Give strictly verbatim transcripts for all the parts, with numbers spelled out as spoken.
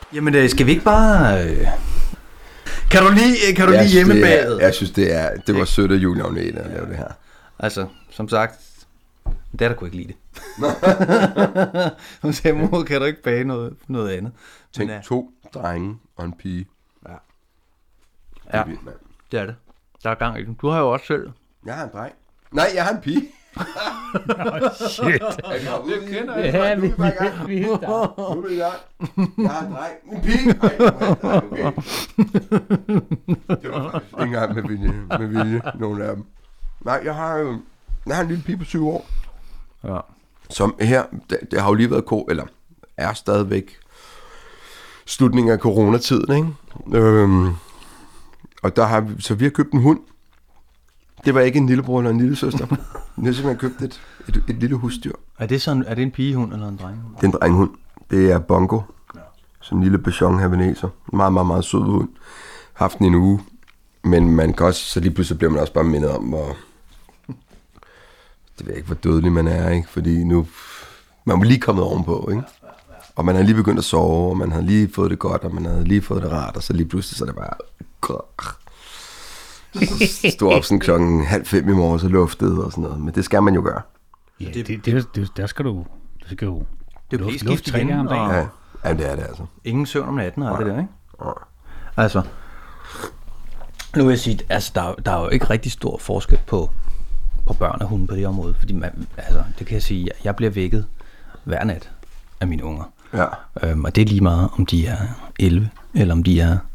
Jamen, øh, skal vi ikke bare... Øh... Kan du lige, kan du lige hjemmebaget? Jeg synes, det er det var sødt af Julie Agnete at lave det her. Altså, som sagt, der kunne ikke lide det. Hun sagde, mor, kan du ikke bage noget, noget andet? Tænk, Men, to drenge og en pige. Ja. Det er Ja, vildt, mand. det er det. Der er gang i den. Du har jo også selv. Jeg har en dreng. Nej, jeg har en pige. Oh, shit. Er vi hoppet ud i det? Ja, vi, Nu er vi bare i gang. vi, vi, Nu er vi i gang. Jeg har en dreng. En pige. Ej, okay. Det var faktisk ikke engang med vilje, med vilje, nogle af dem. Nej, jeg har jo jeg har en lille pige på syv år. Ja. Som her, det, det har jo lige været ko, eller er stadigvæk slutningen af coronatiden, ikke? Øhm, og der har vi, så vi har købt en hund. Det var ikke en lillebror eller en lille søster. Vi har simpelthen købt et, et, et lille husdyr. Er det, sådan, er det en pigehund eller en drenghund? Det er en drenghund. Det er Bongo. Ja. Sådan en lille Bichon havaneser. Meget, meget, meget sød hund. Haft den i en uge. Men man kan også, så lige pludselig bliver man også bare mindet om, hvor... Det ved jeg ikke, hvor dødelig man er, ikke? Fordi nu... Man var lige kommet ovenpå, ikke? Og man har lige begyndt at sove, og man har lige fået det godt, og man havde lige fået det rart, og så lige pludselig så er det bare... Så stod op sådan klokken halv fem i morgen, så luftede og sådan noget. Men det skal man jo gøre. ja, det, det, det, det, der skal du, du skal jo Det er jo luft- skift luft tre gange igen, om dagen. og Ja, ja det er det altså. ingen søvn om natten og alt det der, ikke? Ja. Altså, nu vil jeg sige, altså, der, der er jo ikke rigtig stor forskel på, på børn og hunde på det område. Fordi man, altså, det kan jeg sige, jeg, jeg bliver vækket hver nat af mine unger. Ja. Øhm, og det er lige meget, om de er elleve, eller om de er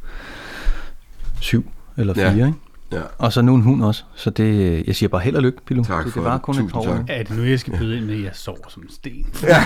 syv eller fire, Ja. ikke? Ja. Og så nu en hund også. Så det, jeg siger bare held og lykke, Pilo. Tak det, for det var det. kun et Tusind par år. tak. ikke? Er det nu, jeg skal byde ind med, at jeg sover som en sten? Ja.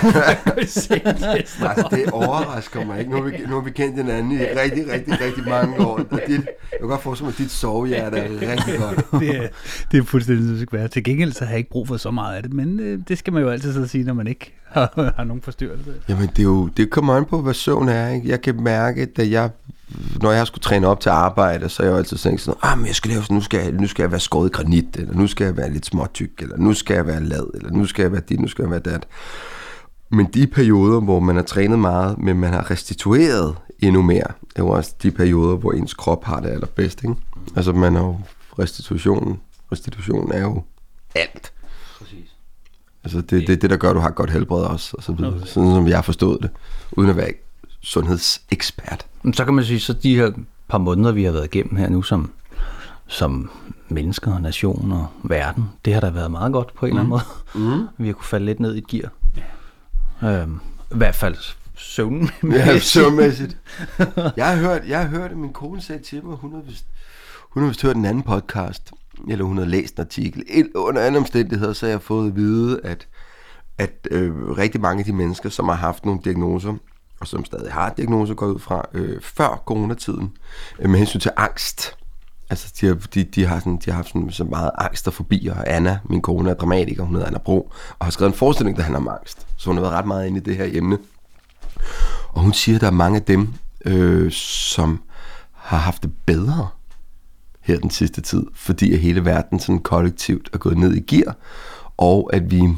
Nej, det overrasker mig ikke. Nu har vi, nu har vi kendt hinanden i rigtig, rigtig, rigtig mange år. Og dit, jeg kan godt forstille mig, at dit sovehjerte er rigtig godt. det, er, det er fuldstændig, det skal være. Til gengæld så har jeg ikke brug for så meget af det, men øh, det skal man jo altid så sige, når man ikke har, har nogen forstyrrelse. Jamen, det er jo, det kommer an på, hvad søvn er, ikke? Jeg kan mærke, da jeg, når jeg skulle træne op til arbejde, så er jeg jo altid tænkt sådan, ah, men jeg skal lave sådan, nu skal jeg, nu skal jeg være skåret i granit, eller nu skal jeg være lidt småtyk, eller nu skal jeg være lad, eller nu skal jeg være dit, nu skal jeg være dat. Men de perioder, hvor man har trænet meget, men man har restitueret endnu mere, er jo også de perioder, hvor ens krop har det allerbedst, ikke? Altså, man har jo restitutionen. Restitutionen er jo alt. Præcis. Altså, det er det, det, der gør, at du har et godt helbred også, og så videre. Sådan som jeg har forstået det, uden at være sundhedsekspert. Så kan man sige, så de her par måneder, vi har været igennem her nu, som, som mennesker, nation og verden, det har da været meget godt på en mm. eller anden måde. Mm. Vi har kunne falde lidt ned i et gear. Øhm, I hvert fald søvnen. Ja, søvnmæssigt. Jeg har hørt, jeg har hørt, at min kone sagde til mig, hun har vist, hun har vist hørt en anden podcast, eller hun har læst en artikel. Under andre omstændigheder, så har jeg fået at vide, at, at øh, rigtig mange af de mennesker, som har haft nogle diagnoser, og som stadig har diagnoser gået ud fra øh, før coronatiden, øh, med hensyn til angst. Altså, de har, de, de har, sådan, de har haft sådan, så meget angst og fobi, og Anna, min kone, er dramatiker, hun hedder Anna Bro, og har skrevet en forestilling, der handler om angst. Så hun har været ret meget inde i det her emne. Og hun siger, at der er mange af dem, øh, som har haft det bedre her den sidste tid, fordi at hele verden sådan kollektivt er gået ned i gear, og at vi,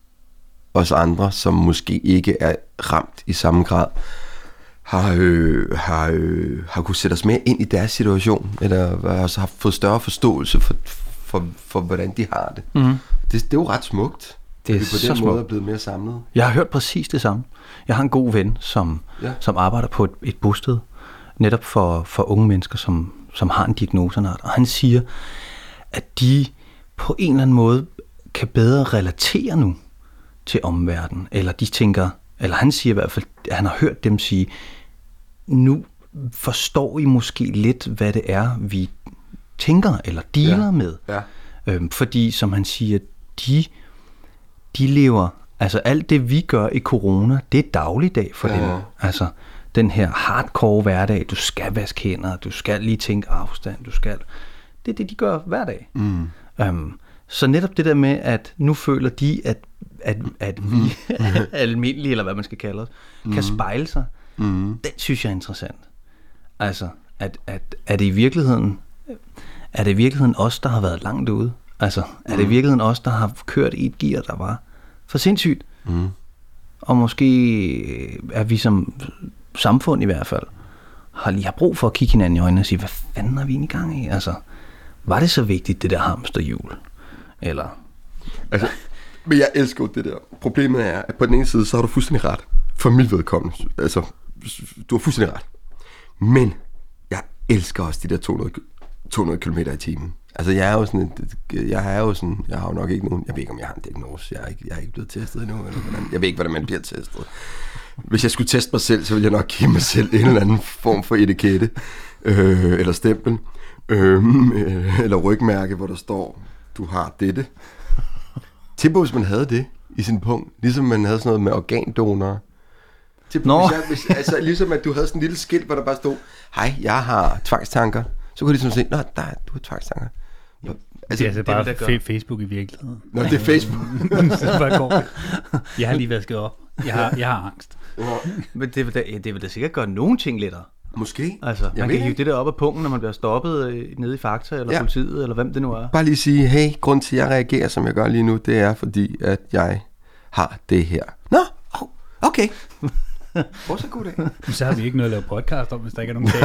os andre, som måske ikke er ramt i samme grad, har, øh, har, øh, har kunne sætte os mere ind i deres situation, eller altså har fået større forståelse for, for, for hvordan de har det. Mm. det. Det er jo ret smukt, det er at vi på så den smukt. måde er blevet mere samlet. Jeg har hørt præcis det samme. Jeg har en god ven, som, Ja. som arbejder på et, et bosted, netop for, for unge mennesker, som, som har en diagnose, og han siger, at de på en eller anden måde kan bedre relatere nu til omverdenen, eller de tænker, eller han siger i hvert fald, at han har hørt dem sige, nu forstår I måske lidt, hvad det er, vi tænker eller dealer Ja. med. Ja. Øhm, fordi, som han siger, de, de lever, altså alt det, vi gør i corona, det er dagligdag for Ja. dem. Altså den her hardcore hverdag, du skal vaske hænder, du skal lige tænke afstand, du skal... Det er det, de gør hver dag. Mm. Øhm, så netop det der med, at nu føler de, at, at, at vi almindelige, eller hvad man skal kalde os, mm. kan spejle sig, mm. den synes jeg er interessant. Altså, at, at, er det i virkeligheden, er det i virkeligheden os, der har været langt ude? Altså, er det i virkeligheden os, der har kørt i et gear, der var for sindssygt? Mm. Og måske er vi som samfund i hvert fald, har lige har brug for at kigge hinanden i øjnene og sige, hvad fanden er vi egentlig i gang i? Altså, var det så vigtigt, det der hamsterhjul? Eller... Altså, men jeg elsker det der. Problemet er, at på den ene side, så har du fuldstændig ret. For mit vedkommende. Altså, du har fuldstændig ret. Men jeg elsker også de der to hundrede kilometer i timen. Altså, jeg er jo sådan, jeg er jo sådan, jeg har jo nok ikke nogen, jeg ved ikke, om jeg har en diagnose. Jeg er ikke, jeg er ikke blevet testet endnu. Eller hvordan, jeg ved ikke, hvordan man bliver testet. Hvis jeg skulle teste mig selv, så ville jeg nok give mig selv en eller anden form for etikette. Øh, eller stempel. Øh, eller rygmærke, hvor der står, du har dette. Tænk på, hvis man havde det i sin punkt. Ligesom man havde sådan noget med organdonorer. Tænk på, hvis jeg, hvis, altså, ligesom at du havde sådan en lille skilt, hvor der bare stod, hej, jeg har tvangstanker. Så kunne de ligesom sige, nå, der, du har tvangstanker. Altså, det er altså bare det, f- Facebook i virkeligheden. Nå, det er Facebook. Jeg har lige vasket op. Jeg har, jeg har angst. Men det vil, da, det vil da sikkert gøre nogen ting lettere. Måske. Altså, man kan hive det der op af pungen, når man bliver stoppet øh, nede i Fakta, eller ja. Politiet, eller hvem det nu er. Bare lige sige, hey, grund til, at jeg reagerer, som jeg gør lige nu, det er, fordi at jeg har det her. Nå, oh, okay. Fortsat god dag. Så har vi ikke noget at lave podcast om, hvis der ikke er nogen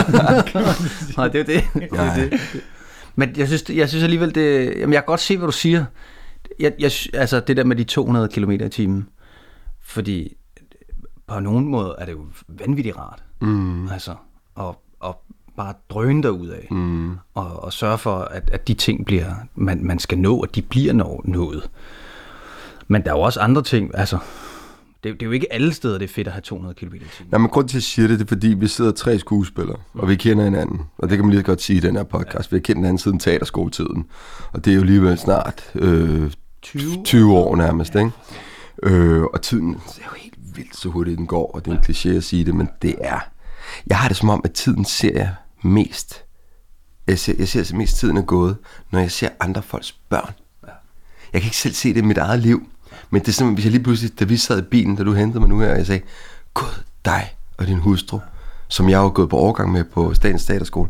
tale. Nej, det er det. det, er det. Men jeg synes, jeg synes alligevel, det, jamen jeg kan godt se, hvad du siger. Jeg, jeg, altså det der med de to hundrede kilometer i timen. Fordi på nogen måde er det jo vanvittigt rart. Mm. Altså, og, og bare drøne derudad. Mm. Og, og sørge for, at, at de ting, bliver, man, man skal nå, at de bliver nå, nået. Men der er jo også andre ting, altså... Det, det er jo ikke alle steder, det er fedt at have to hundrede kilometer i timen. Nej, men grund til at sige det, det er fordi, vi sidder tre skuespillere, og vi kender hinanden. Og det kan man lige godt sige i den her podcast. Vi har kendt hinanden siden teaterskoletiden. Og det er jo alligevel snart øh, tyve år nærmest, ikke? Øh, og tiden det er jo helt vildt, så hurtigt den går, og det er en kliché at sige det, men det er... Jeg har det som om, at tiden ser jeg mest... Jeg ser, jeg ser altså mest tiden er gået, når jeg ser andre folks børn. Jeg kan ikke selv se det i mit eget liv. Men det er simpelthen, hvis jeg lige pludselig, da vi sad i bilen, da du hentede mig nu her, og jeg sagde, Gud, dig og din hustru, som jeg har gået på overgang med på Statens Teaterskole,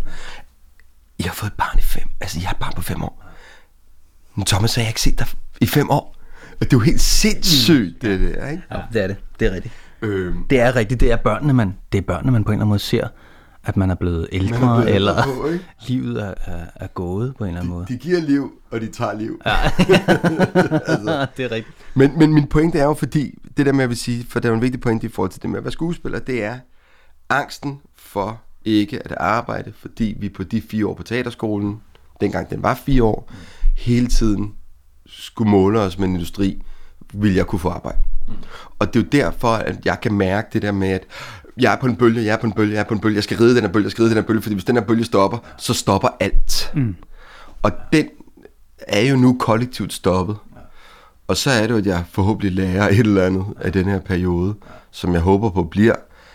I har fået et barn i fem, altså I har et barn på fem år. Men Thomas, jeg har ikke set dig i fem år. Og det er jo helt sindssygt, det der, ikke? Ja, det er det. Det er rigtigt. Øhm. Det er rigtigt. Det er børnene, man, det er børnene, man på en eller anden måde ser, at man er blevet ældre, er blevet eller på, livet er, er, er gået på en eller anden de, måde. De giver liv, og de tager liv. Ja. altså. Det er rigtigt. Men, men min pointe er jo, fordi det der med, at jeg vil sige, for det er en vigtig pointe i forhold til det med at være skuespiller, det er angsten for ikke at arbejde, fordi vi på de fire år på teaterskolen, dengang den var fire år, mm. hele tiden skulle måle os med en industri, vil jeg kunne få arbejde. Mm. Og det er jo derfor, at jeg kan mærke det der med, at jeg er på en bølge, jeg er på en bølge, jeg er på en bølge, jeg skal ride den her bølge, jeg skal ride den her bølge, fordi hvis den her bølge stopper, så stopper alt. Mm. Og den er jo nu kollektivt stoppet. Og så er det jo, at jeg forhåbentlig lærer et eller andet af den her periode, som jeg håber på bliver,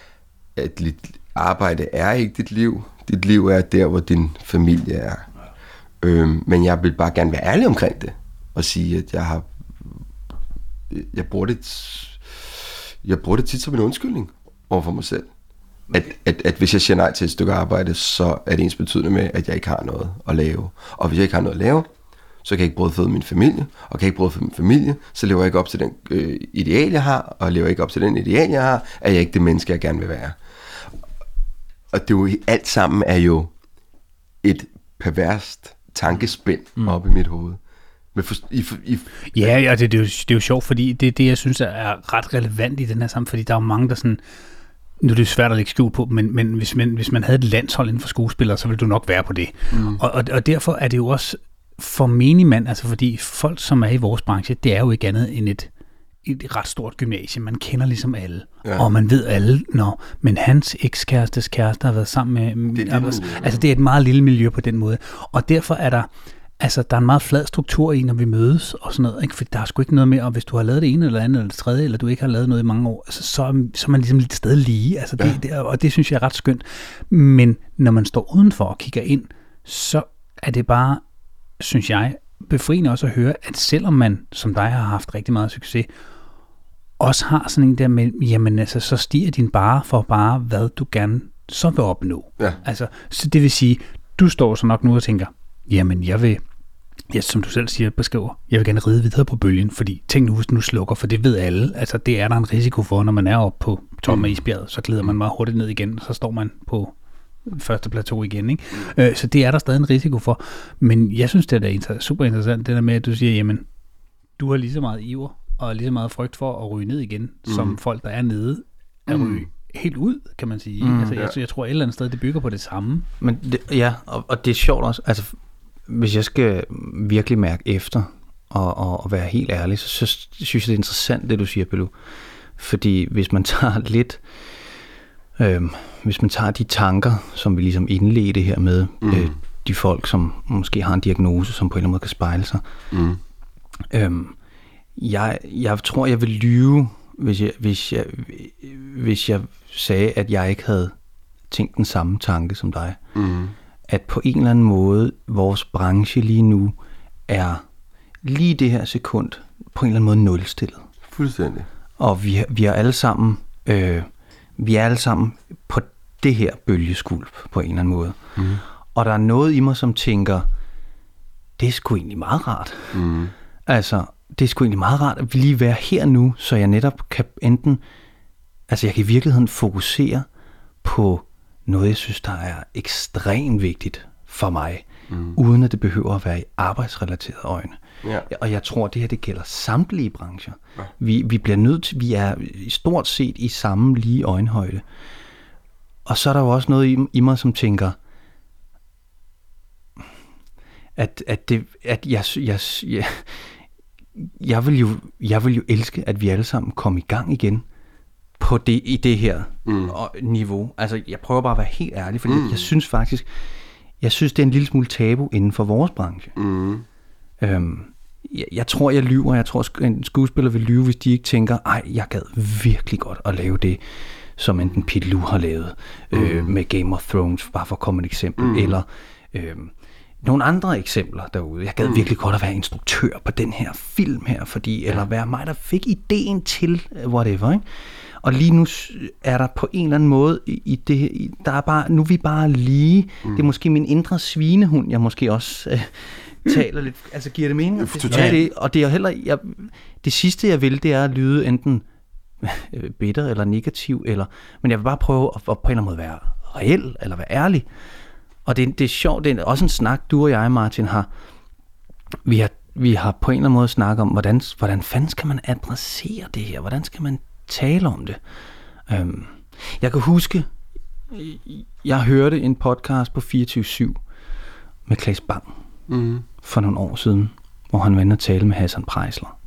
at dit arbejde er ikke dit liv. Dit liv er der, hvor din familie er. Øhm, men jeg vil bare gerne være ærlig omkring det, og sige, at jeg har jeg bruger det jeg bruger det tit som en undskyldning over for mig selv. At, at, at hvis jeg siger nej til et stykke arbejde, så er det ens betydende med, at jeg ikke har noget at lave. Og hvis jeg ikke har noget at lave, så kan jeg ikke brødføde min familie, og kan jeg ikke brødføde min familie, så lever jeg ikke op til den øh, ideal, jeg har, og lever ikke op til den ideal, jeg har, er jeg ikke det menneske, jeg gerne vil være. Og det er jo, alt sammen er jo et perverst tankespind mm. op i mit hoved. Men for, i, i, ja, ja det, det, er jo, det er jo sjovt, fordi det er det, jeg synes er ret relevant i den her sammen, fordi der er jo mange, der sådan, nu er det svært at lægge skjul på, men, men hvis, man, hvis man havde et landshold inden for skuespillere, så ville du nok være på det. Mm. Og, og, og derfor er det jo også for menigmand, altså fordi folk, som er i vores branche, det er jo ikke andet end et, et ret stort gymnasie. Man kender ligesom alle, ja. Og man ved alle, når, men hans ekskærestes kæreste har været sammen med... Det er altså, altså det er et meget lille miljø på den måde. Og derfor er der, altså der er en meget flad struktur i, når vi mødes og sådan noget, ikke? For der er sgu ikke noget med, og hvis du har lavet det ene eller andet eller det tredje, eller du ikke har lavet noget i mange år, altså, så, så er man ligesom lidt sted lige, altså det, ja. det, og det synes jeg er ret skønt. Men når man står udenfor og kigger ind, så er det bare, synes jeg, befriende også at høre, at selvom man, som dig, har haft rigtig meget succes, også har sådan en der med, jamen altså, så stiger din bare for bare, hvad du gerne så vil opnå. Ja. Altså, så det vil sige, du står så nok nu og tænker, jamen jeg vil ja, som du selv siger, beskriver, jeg vil gerne ride videre på bølgen, fordi tænk nu, hvis nu slukker, for det ved alle. Altså, det er der en risiko for, når man er oppe på toppen af isbjerget, så glider man meget hurtigt ned igen, og så står man på første plateau igen, ikke? Øh, så det er der stadig en risiko for. Men jeg synes, det er inter- super interessant, det der med, at du siger, jamen, du har lige så meget iver, og lige så meget frygt for at ryge ned igen, mm. som folk, der er nede, at ryge mm. helt ud, kan man sige. Mm, altså, jeg, jeg tror, et eller andet sted, det bygger på det samme. Men det, ja, og, og det er sjovt også, altså, hvis jeg skal virkelig mærke efter, og, og, og være helt ærlig, så, så synes jeg, det er interessant, det du siger, Bellu. Fordi hvis man tager lidt, øh, hvis man tager de tanker, som vi ligesom indledte her med, mm. øh, de folk, som måske har en diagnose, som på en eller anden måde kan spejle sig. Mm. Øh, jeg, jeg tror, jeg vil lyve, hvis jeg, hvis jeg, hvis jeg sagde, at jeg ikke havde tænkt den samme tanke som dig. Mm. At på en eller anden måde, vores branche lige nu er lige det her sekund på en eller anden måde nulstillet. Fuldstændig. Og vi, vi er alle sammen, øh, vi er alle sammen på det her bølgeskulp på en eller anden måde. Mm. Og der er noget i mig, som tænker, det er sgu egentlig meget rart. Mm. Altså, det er sgu egentlig meget rart at lige være her nu, så jeg netop kan enten, altså jeg kan i virkeligheden fokusere på noget, jeg synes, der er ekstremt vigtigt for mig, mm. uden at det behøver at være i arbejdsrelaterede øjne. Ja. Og jeg tror, det her, det gælder samtlige brancher. Ja. Vi, vi bliver nødt til, vi er stort set i samme lige øjenhøjde. Og så er der jo også noget i, i mig, som tænker, at, at, det, at jeg, jeg, jeg, jeg, vil jo, jeg vil jo elske, at vi alle sammen kommer i gang igen på det, i det her mm. niveau. Altså, jeg prøver bare at være helt ærlig, fordi mm. jeg synes faktisk, jeg synes, det er en lille smule tabu inden for vores branche. Mm. Øhm, jeg, jeg tror, jeg lyver. Jeg tror, en skuespiller vil lyve, hvis de ikke tænker, ej, jeg gad virkelig godt at lave det, som enten Pete Lu har lavet mm. øh, med Game of Thrones, bare for at komme et eksempel, mm. eller øh, nogle andre eksempler derude. Jeg gad mm. virkelig godt at være instruktør på den her film her, fordi, ja. eller være mig, der fik ideen til whatever, ikke? Og lige nu er der på en eller anden måde i, i det i, der er bare, nu er vi bare lige, mm. det er måske min indre svinehund, jeg måske også øh, taler lidt, altså giver det mening? Det, ja, det, og det er heller, jeg, det sidste jeg vil, det er at lyde enten bitter eller negativ, eller, men jeg vil bare prøve at, at på en eller anden måde være reel, eller være ærlig. Og det, det er sjovt, det er også en snak, du og jeg, Martin, har, vi har, vi har på en eller anden måde snakket om, hvordan, hvordan fanden skal man adressere det her? Hvordan skal man tale om det? Um, jeg kan huske, jeg hørte en podcast på fireogtyve syv med Claes Bang mm. for nogle år siden, hvor han var inde og tale med Hassan Preisler.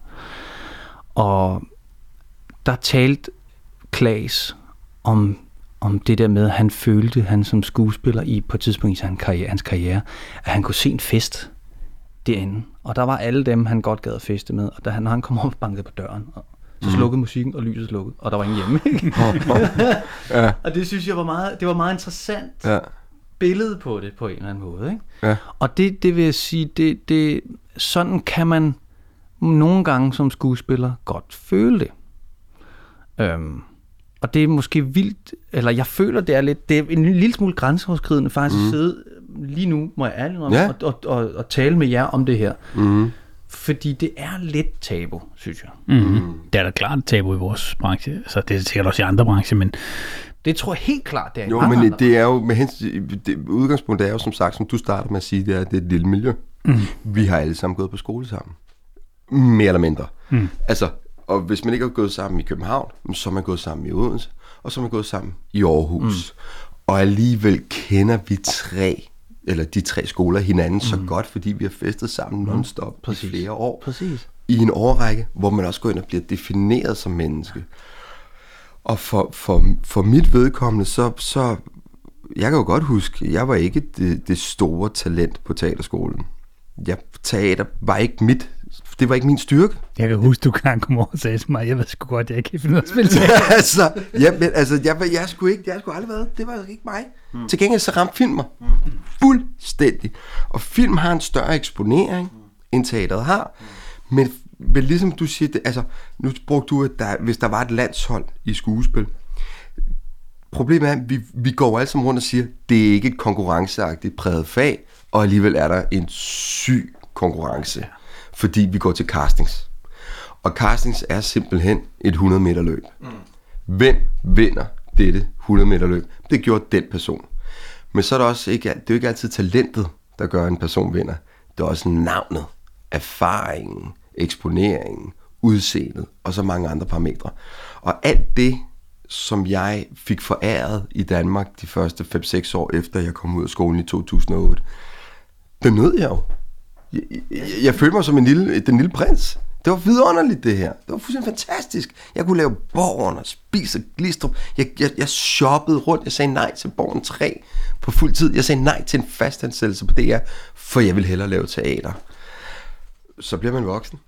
Og der talte Claes om, om det der med, at han følte, han som skuespiller i på et tidspunkt i hans karriere, hans karriere, at han kunne se en fest derinde. Og der var alle dem, han godt gad at feste med. Og da han, når han kom op og bankede på døren, og så slukkede mm. musikken, og lyset slukkede, og der var ingen hjemme. Ikke? ja. Og det synes jeg var meget, det var meget interessant ja. billede på det, på en eller anden måde. Ikke? Ja. Og det, det vil jeg sige, det, det, sådan kan man nogle gange som skuespiller godt føle det. Øhm, og det er måske vildt, eller jeg føler, det er lidt, det er en lille smule grænseoverskridende faktisk mm. at sidde lige nu, må jeg ærligt om, ja. og, og, og, og tale med jer om det her. Mm. Fordi det er lidt tabu, synes jeg. Mm-hmm. Det er da klart tabu i vores branche, så det er sikkert også i andre brancher, men det tror jeg helt klart, det er i jo, men det er jo, med hensyn, det, udgangspunktet er jo som sagt, som du starter med at sige, det er, det er et lille miljø. Mm. Vi har alle sammen gået på skole sammen. Mere eller mindre. Mm. Altså, og hvis man ikke har gået sammen i København, så er man gået sammen i Odense, og så er man gået sammen i Aarhus. Mm. Og alligevel kender vi tre, eller de tre skoler hinanden mm. så godt, fordi vi har festet sammen non-stop mm. i flere år. Præcis. I en årrække, hvor man også går ind og bliver defineret som menneske. Og for, for, for mit vedkommende, så, så, jeg kan jo godt huske, jeg var ikke det, det store talent på teaterskolen. Jeg, teater var ikke mit, det var ikke min styrke. Jeg kan huske, du kan komme over og sagde til mig, jeg ved sgu godt, jeg ikke kan finde ud af at spille teater. altså, ja, men, altså, jeg, jeg skulle ikke, jeg skulle aldrig været, det var ikke mig. Mm. Til gengæld så ramte film mig mm. fuldstændig. Og film har en større eksponering, mm. end teateret har. Mm. Men, men ligesom du siger, det, altså, nu brugte du, at der, hvis der var et landshold i skuespil, problemet er, at vi, vi går alle sammen rundt og siger, det er ikke et konkurrenceagtigt præget fag, og alligevel er der en syg konkurrence, fordi vi går til castings. Og castings er simpelthen et hundrede meter løb. Mm. Hvem vinder dette hundrede meter løb? Det gjorde den person. Men så er det også ikke, det er jo ikke altid talentet, der gør, at en person vinder. Det er også navnet, erfaringen, eksponeringen, udseendet og så mange andre parametre. Og alt det, som jeg fik foræret i Danmark de første fem seks år efter jeg kom ud af skolen i to tusind og otte, det nød jeg jo. Jeg, jeg, jeg følte mig som en lille, den lille prins. Det var vidunderligt, det her. Det var fuldstændig fantastisk. Jeg kunne lave Borgen og spise Glistrup. Jeg, jeg, jeg shoppede rundt. Jeg sagde nej til Borgen tre på fuld tid. Jeg sagde nej til en fastansættelse på D R, for jeg ville hellere lave teater. Så bliver man voksen.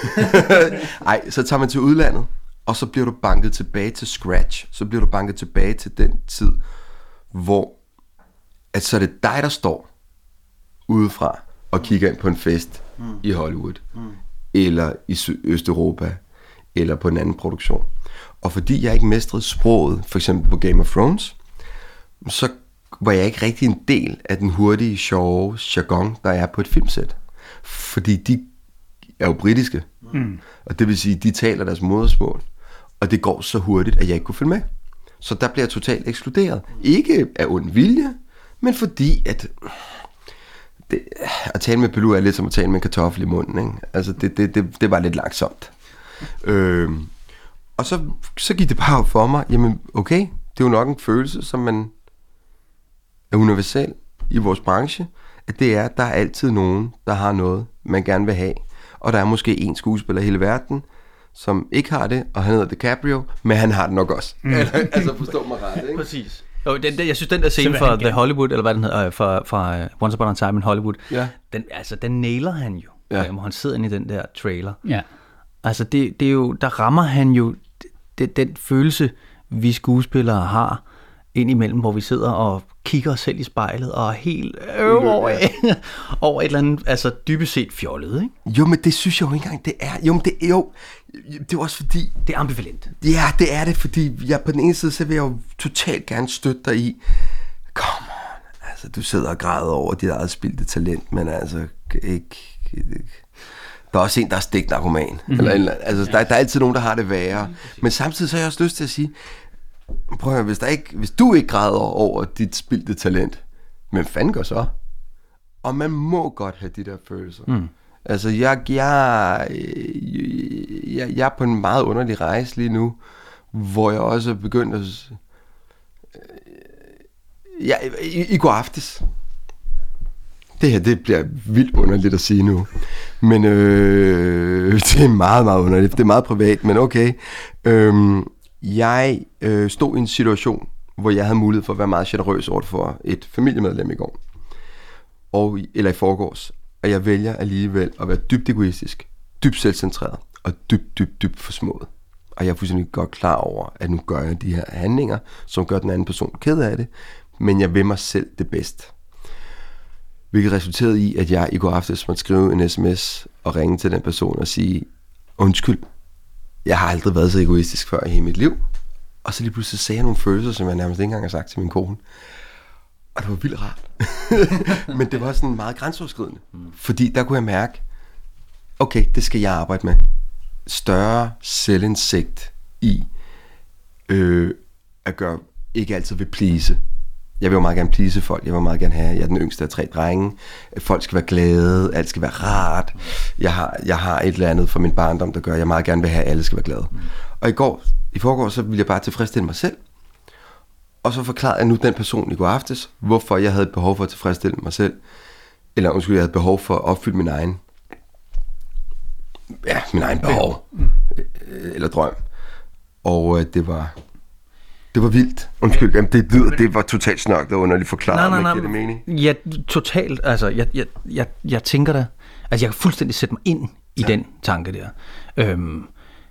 Ej, så tager man til udlandet, og så bliver du banket tilbage til scratch. Så bliver du banket tilbage til den tid, hvor at så er det dig, der står udefra og kigger ind på en fest mm. i Hollywood. Mm. Eller i Østeuropa, eller på en anden produktion. Og fordi jeg ikke mestrede sproget, for eksempel på Game of Thrones, så var jeg ikke rigtig en del af den hurtige, sjove jargon, der er på et filmsæt. Fordi de er jo britiske, mm. og det vil sige, de taler deres modersmål, og det går så hurtigt, at jeg ikke kunne følge med. Så der bliver jeg totalt ekskluderet. Ikke af ond vilje, men fordi at... Det, at tale med Baloo er lidt som at tale med en kartoffel i munden, ikke? Altså det, det, det, det var lidt langsomt. øhm, og så, så gik det bare for mig, jamen okay, det er jo nok en følelse, som man er universel i vores branche, at det er, at der er altid nogen, der har noget, man gerne vil have. Og der er måske en skuespiller i hele verden, som ikke har det, og han hedder DiCaprio, men han har det nok også. Mm. Altså forstå mig ret, ikke? Præcis. Jo, den, den, jeg synes, den der scene fra The Hollywood, eller hvad den hedder, fra, fra Once Upon a Time in Hollywood, ja. den, altså, den nailer han jo, ja. Hvor han sidder inde i den der trailer. Ja. Altså, det, det er jo, der rammer han jo det, den følelse, vi skuespillere har, indimellem, hvor vi sidder og kigger os selv i spejlet, og er helt øh, over, over et eller andet, altså dybest set fjollet, ikke? Jo, men det synes jeg jo ikke engang, det er. Jo, men det er jo, det er også fordi... Det er ambivalent. Ja, det er det, fordi jeg på den ene side, så vil jeg jo totalt gerne støtte dig i, come on, altså du sidder og græder over dit eget spildte talent, men altså ikke... ikke. Der er også en, der er stiknarkoman, mm-hmm. eller, eller altså der, der er altid nogen, der har det værre, men samtidig så har jeg også lyst til at sige, prøv at høre, hvis, der ikke, hvis du ikke græder over dit spildte talent, men fanden gør så? Og man må godt have de der følelser. Mm. Altså, jeg, jeg, jeg, jeg er på en meget underlig rejse lige nu, hvor jeg også er begyndt at... Ja, i, i går aftes. Det her, det bliver vildt underligt at sige nu. Men øh, det er meget, meget underligt. Det er meget privat, men okay. Øh, jeg øh, stod i en situation, hvor jeg havde mulighed for at være meget generøs over for et familiemedlem i går. Og, eller i forgårs. Og jeg vælger alligevel at være dybt egoistisk, dybt selvcentreret og dybt, dybt, dybt forsmået. Og jeg er fuldstændig godt klar over, at nu gør jeg de her handlinger, som gør den anden person ked af det, men jeg vil mig selv det bedst. Hvilket resulterede i, at jeg i går aftes måtte skrive en sms og ringe til den person og sige, undskyld, jeg har aldrig været så egoistisk før i hele mit liv. Og så lige pludselig sagde jeg nogle følelser, som jeg nærmest ikke engang har sagt til min kone. Og det var vildt rart. Men det var sådan meget grænseoverskridende. Mm. Fordi der kunne jeg mærke, okay, det skal jeg arbejde med. Større selvindsigt i øh, at gøre, ikke altid vil please. Jeg vil jo meget gerne please folk. Jeg vil meget gerne have, jeg er den yngste af tre drenge. Folk skal være glade, alt skal være rart. Jeg har, jeg har et eller andet fra min barndom, der gør, at jeg meget gerne vil have, at alle skal være glade. Mm. Og i går, i forgår, så ville jeg bare tilfredsstille mig selv. Og så forklarede jeg nu den person i går aftes, hvorfor jeg havde et behov for at tilfredsstille mig selv. Eller undskyld, jeg havde behov for at opfylde min egen, ja, min egen behov. Mm. Eller drøm. Og øh, det var, det var vildt. Undskyld, jamen, det, lyder, det var totalt snørkt og underligt forklaret, nej, nej, men giver det mening? Ja, totalt. Altså, jeg, jeg, jeg, jeg tænker da, altså jeg kan fuldstændig sætte mig ind i ja. den tanke der. Øhm,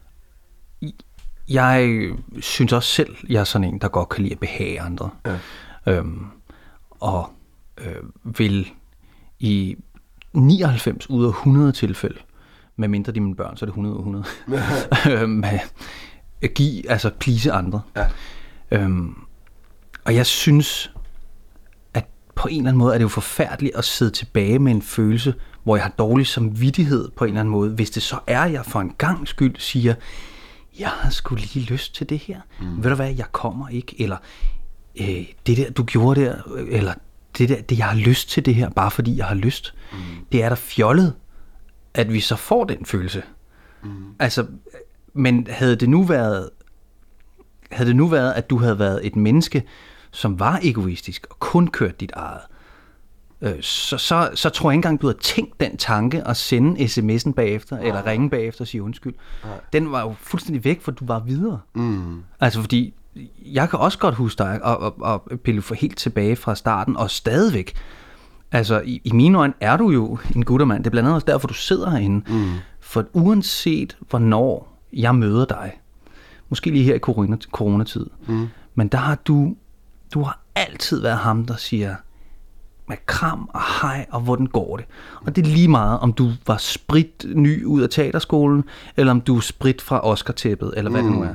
Jeg synes også selv, jeg er sådan en, der godt kan lide at behage andre. Ja. Øhm, og øh, vil i nioghalvfems ud af hundrede tilfælde, med mindre de er mine børn, så er det hundrede ud af hundrede, øhm, at give, altså please andre. Ja. Øhm, og jeg synes, at på en eller anden måde er det jo forfærdeligt at sidde tilbage med en følelse, hvor jeg har dårlig samvittighed på en eller anden måde, hvis det så er, jeg for en gang skyld siger, jeg har sgu lige lyst til det her. Mm. Ved du hvad, jeg kommer ikke, eller øh, det der, du gjorde der, eller det der, det jeg har lyst til det her, bare fordi jeg har lyst. Mm. Det er da fjollet, at vi så får den følelse. Mm. Altså, men havde det nu været, havde det nu været, at du havde været et menneske, som var egoistisk og kun kørte dit eget, øh, så, så, så tror jeg ikke engang, du havde tænkt den tanke at sende sms'en bagefter, ja. eller ringe bagefter og sige undskyld. Ja. Den var jo fuldstændig væk, for du var videre. Mm. Altså fordi, jeg kan også godt huske dig og, og, og pille for helt tilbage fra starten, og stadigvæk. Altså i, i mine øjne er du jo en guttermand. Det er blandt andet også derfor, du sidder herinde. Mm. For uanset hvornår jeg møder dig, måske lige her i corona, coronatid, mm. men der har du, du har altid været ham, der siger med kram og hej, og hvordan går det? Og det er lige meget, om du var sprit ny ud af teaterskolen, eller om du er sprit fra Oscar-tæppet, eller hvad mm. det nu er.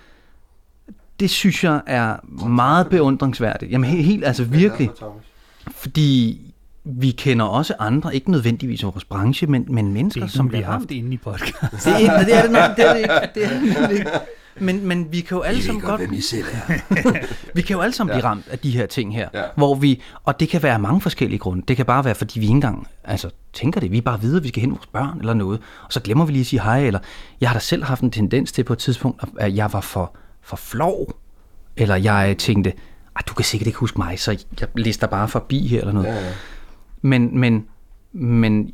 Det synes jeg er meget beundringsværdigt. Jamen helt, helt altså virkelig. Fordi vi kender også andre, ikke nødvendigvis vores branche, men, men mennesker, det er, som vi har haft det inde i podcast. Det er ikke, det er det nok, det er det ikke. Det er det ikke. Men, men vi kan jo alle sammen godt... Hvem I selv er. Vi kan jo alle sammen ja. blive ramt af de her ting her, ja. hvor vi... Og det kan være mange forskellige grunde. Det kan bare være, fordi vi ikke engang altså, tænker det. Vi er bare videre, vi skal hente vores børn eller noget. Og så glemmer vi lige at sige hej. Eller jeg har da selv haft en tendens til på et tidspunkt, at jeg var for, for flov. Eller jeg tænkte, du kan sikkert ikke huske mig, så jeg lister bare forbi her eller noget. Ja, ja. Men, men, men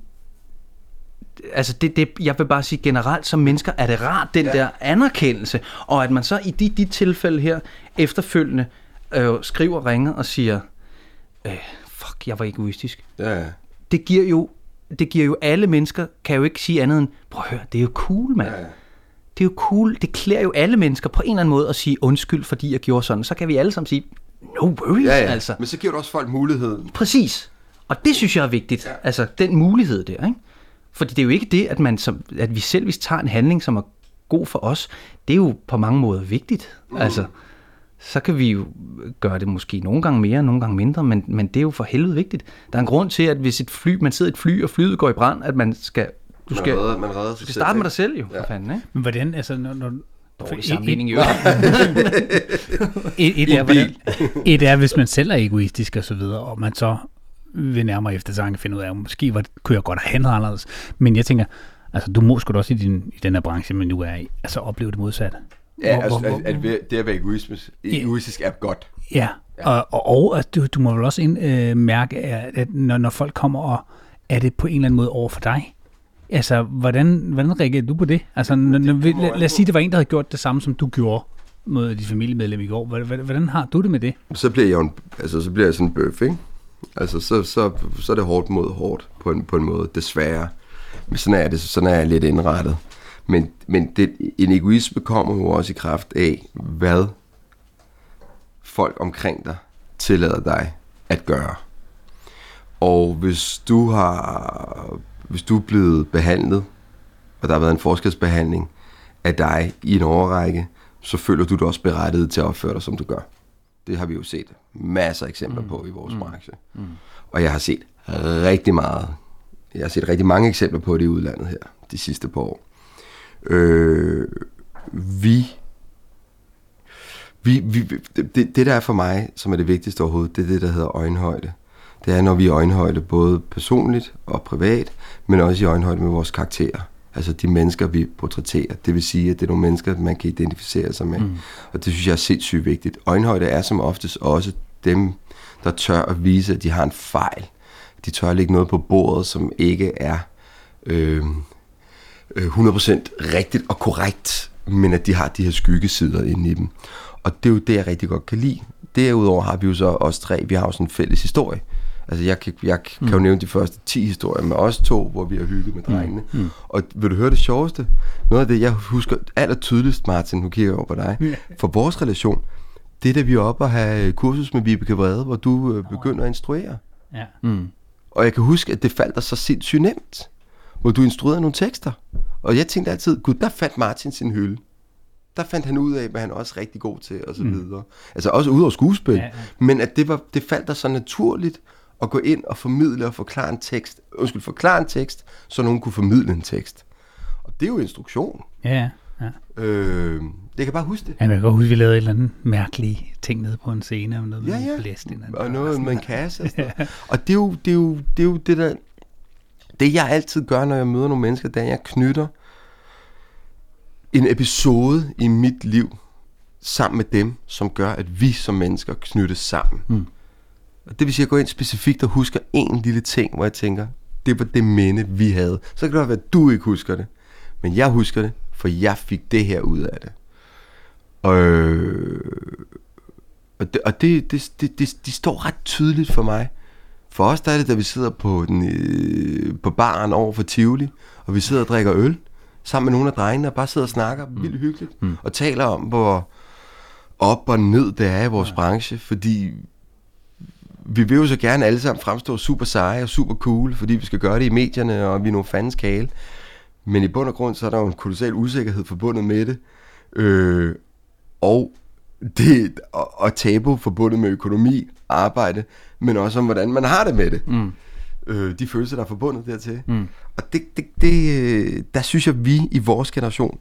altså det, det, jeg vil bare sige generelt, som mennesker er det rart, den ja. der anerkendelse, og at man så i de, de tilfælde her efterfølgende øh, skriver, ringer og siger, øh, fuck, jeg var egoistisk. Ja, ja. Det giver jo, det giver jo alle mennesker, kan jo ikke sige andet end, prøv at høre, det er jo cool, mand. Ja, ja. Det er jo cool, det klæder jo alle mennesker på en eller anden måde at sige undskyld, fordi jeg gjorde sådan. Så kan vi alle sammen sige, no worries, ja, ja. altså. Men så giver du også folk muligheden. Præcis. Og det synes jeg er vigtigt, ja. altså den mulighed der, ikke? Fordi det er jo ikke det, at, man som, at vi selvvis tager en handling, som er god for os. Det er jo på mange måder vigtigt. Mm. Altså, så kan vi jo gøre det måske nogle gange mere, nogle gange mindre, men, men det er jo for helvede vigtigt. Der er en grund til, at hvis et fly, man sidder i et fly, og flyet går i brand, at man skal... Du skal, man redder, man redder du skal starte selv, med dig selv jo, ja. for fanden, ikke? Men hvordan, altså, når... når dårlig sammenligning, jo. et, et, er, hvordan, et er, hvis man selv er egoistisk og så videre, og man så vil nærmere eftertanke finde ud af, måske var, kunne jeg godt have handlet anderledes. Men jeg tænker, altså du må sgu da også i, din, i den her branche, men nu er i, altså opleve det modsatte. Ja, hvor, altså hvor, at, at det at være egoistisk, egoistisk er godt. Ja, ja. og, og, og altså, du, du må vel også ind, øh, mærke, at når, når folk kommer, og er det på en eller anden måde over for dig? Altså, hvordan, hvordan reagerer du på det? Altså, når, når, lad, lad os sige, det var en, der havde gjort det samme, som du gjorde mod dit familiemedlem i går. Hvordan, hvordan har du det med det? Så bliver jeg, en, altså, så bliver jeg sådan en bøf, ikke? Altså, så, så, så er det hårdt mod hårdt på en, på en måde, desværre. Men sådan er det, sådan er jeg lidt indrettet. Men, men det, en egoisme kommer jo også i kraft af, hvad folk omkring dig tillader dig at gøre. Og hvis du har... Hvis du er blevet behandlet, og der har været en forskelsbehandling af dig i en årrække, så føler du dig også berettiget til at opføre dig, som du gør. Det har vi jo set masser af eksempler mm. på i vores mm. branche. Mm. Og jeg har set rigtig meget. Jeg har set rigtig mange eksempler på det i udlandet her, de sidste par år. Øh, vi, vi, vi det, det, der er for mig, som er det vigtigste overhovedet, det er det, der hedder øjenhøjde. Det er, når vi er i øjenhøjde, både personligt og privat, men også i øjenhøjde med vores karakterer. Altså de mennesker, vi portrætterer. Det vil sige, at det er nogle mennesker, man kan identificere sig med. Mm. Og det synes jeg er sindssygt vigtigt. Øjenhøjde er som oftest også dem, der tør at vise, at de har en fejl. De tør at lægge noget på bordet, som ikke er øh, hundrede procent rigtigt og korrekt, men at de har de her skyggesider inde i dem. Og det er jo det, jeg rigtig godt kan lide. Derudover har vi jo så os tre, vi har jo sådan en fælles historie. Altså jeg, kan, jeg kan jo nævne de første ti historier med os to, hvor vi har hygget med drengene. Mm. Mm. Og vil du høre det sjoveste? Noget af det, jeg husker aller tydeligst, Martin, nu kigger jeg over på dig, yeah. for vores relation, det er da vi er oppe og have kursus med Vibeke Vrede, hvor du øh, begynder at instruere. Ja. Mm. Og jeg kan huske, at det faldt dig så sindssygt nemt, hvor du instruerede nogle tekster. Og jeg tænkte altid, gud, der fandt Martin sin hylde. Der fandt han ud af, hvad han er også rigtig god til, og så mm. videre. Altså også ud over skuespil. Ja, ja. Men at det, var, det faldt dig så naturligt at gå ind og formidle og forklare en tekst, undskyld, forklare en tekst, så nogen kunne formidle en tekst. Og det er jo instruktion. Ja, ja. Øh, det kan bare huske det. Ja, man kan godt huske, at vi lavede et eller andet mærkelige ting nede på en scene, om noget ja, ja. med blæst. Og noget med en kasse. Og, ja. og det, er jo, det, er jo, det er jo det der, det jeg altid gør, når jeg møder nogle mennesker, det er, at jeg knytter en episode i mit liv sammen med dem, som gør, at vi som mennesker knyttes sammen. Mm. Og det vil sige, at jeg går ind specifikt og husker en lille ting, hvor jeg tænker, det var det minde, vi havde. Så kan det være, at du ikke husker det, men jeg husker det, for jeg fik det her ud af det. Og, øh, og, det, og det, det, det, det, de står ret tydeligt for mig. For os der er det, da vi sidder på, den, øh, på baren over for Tivoli, og vi sidder og drikker øl, sammen med nogle af drengene, og bare sidder og snakker mm. vildt hyggeligt, mm. og taler om, hvor op og ned det er i vores ja. branche, fordi vi vil jo så gerne alle sammen fremstå super seje og super cool, fordi vi skal gøre det i medierne, og vi er nogle fandens kale. Men i bund og grund, så er der jo en kolossal usikkerhed forbundet med det, øh, og, det og, og tabu forbundet med økonomi, arbejde, men også om, hvordan man har det med det. Mm. Øh, de følelser, der er forbundet dertil. Mm. Og det, det, det, der synes jeg, vi i vores generation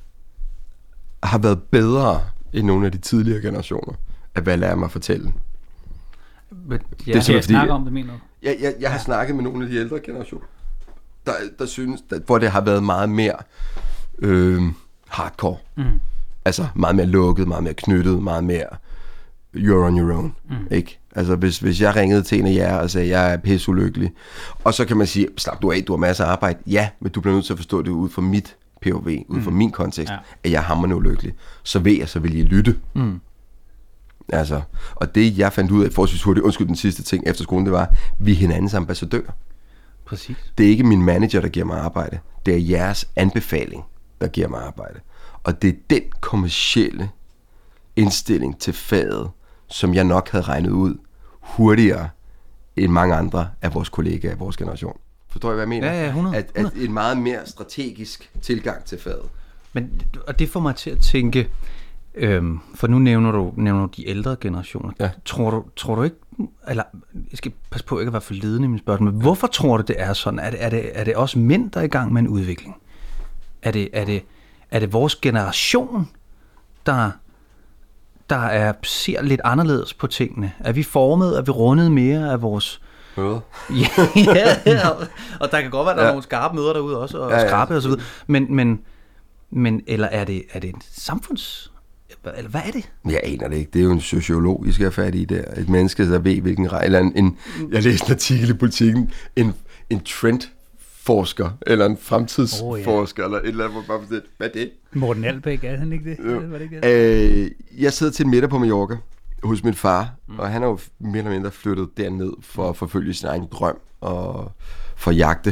har været bedre end nogle af de tidligere generationer, at hvad lærer mig at fortælle. Men, ja, det er jeg snakker om det, mener du? Jeg, jeg, jeg har ja. snakket med nogle af de ældre generationer, der, der synes, der, hvor det har været meget mere øh, hardcore. Mm. Altså meget mere lukket, meget mere knyttet, meget mere you're on your own. Mm. Ikke? Altså hvis, hvis jeg ringede til en af jer og sagde, jeg er pisseulykkelig, og så kan man sige, slap du af, du har masser af arbejde. Ja, men du bliver nødt til at forstå det ud fra mit P O V, ud fra mm. min kontekst, ja. at jeg er hammerende ulykkelig. Så ved jeg, så vil I lytte. Mm. Altså, og det jeg fandt ud af forholdsvis hurtigt, undskyld den sidste ting efter skolen, det var, vi er hinandens ambassadør. Præcis. Det er ikke min manager, der giver mig arbejde. Det er jeres anbefaling, der giver mig arbejde. Og det er den kommercielle indstilling til faget, som jeg nok havde regnet ud hurtigere end mange andre af vores kollegaer i vores generation. Forstår I, hvad jeg mener? Ja, ja, hundrede. At, at en meget mere strategisk tilgang til faget. Men, og det får mig til at tænke, øhm, for nu nævner du, nævner du de ældre generationer. Ja. Tror du, tror du ikke, eller jeg skal passe på ikke at være for ledende i mine spørgsmål, men hvorfor tror du, det er sådan? Er det, er det, er det også mænd, der er i gang med en udvikling? Er det, er det, er det vores generation, der, der er, ser lidt anderledes på tingene? Er vi formet, er vi rundet mere af vores... Møder? ja, ja, og der kan godt være, at der ja. er nogle skarpe møder derude også, og ja, ja. skrabe og så videre. Men, men, men eller er det, er det en samfunds... Eller hvad er det? Jeg aner det ikke. Det er jo en sociolog, I skal have fat i der. Et menneske, der ved, hvilken rej... Eller en, en, jeg læste en artikel i Politiken. En, en trendforsker, eller en fremtidsforsker, oh, ja. eller et eller andet, hvor bare hvad er det? Morten Albæk, er han ikke det? Jo. Var det ikke det? Øh, jeg sidder til en middag på Mallorca hos min far, mm. og han er jo mere eller mindre flyttet derned for at forfølge sin egen drøm og for at jagte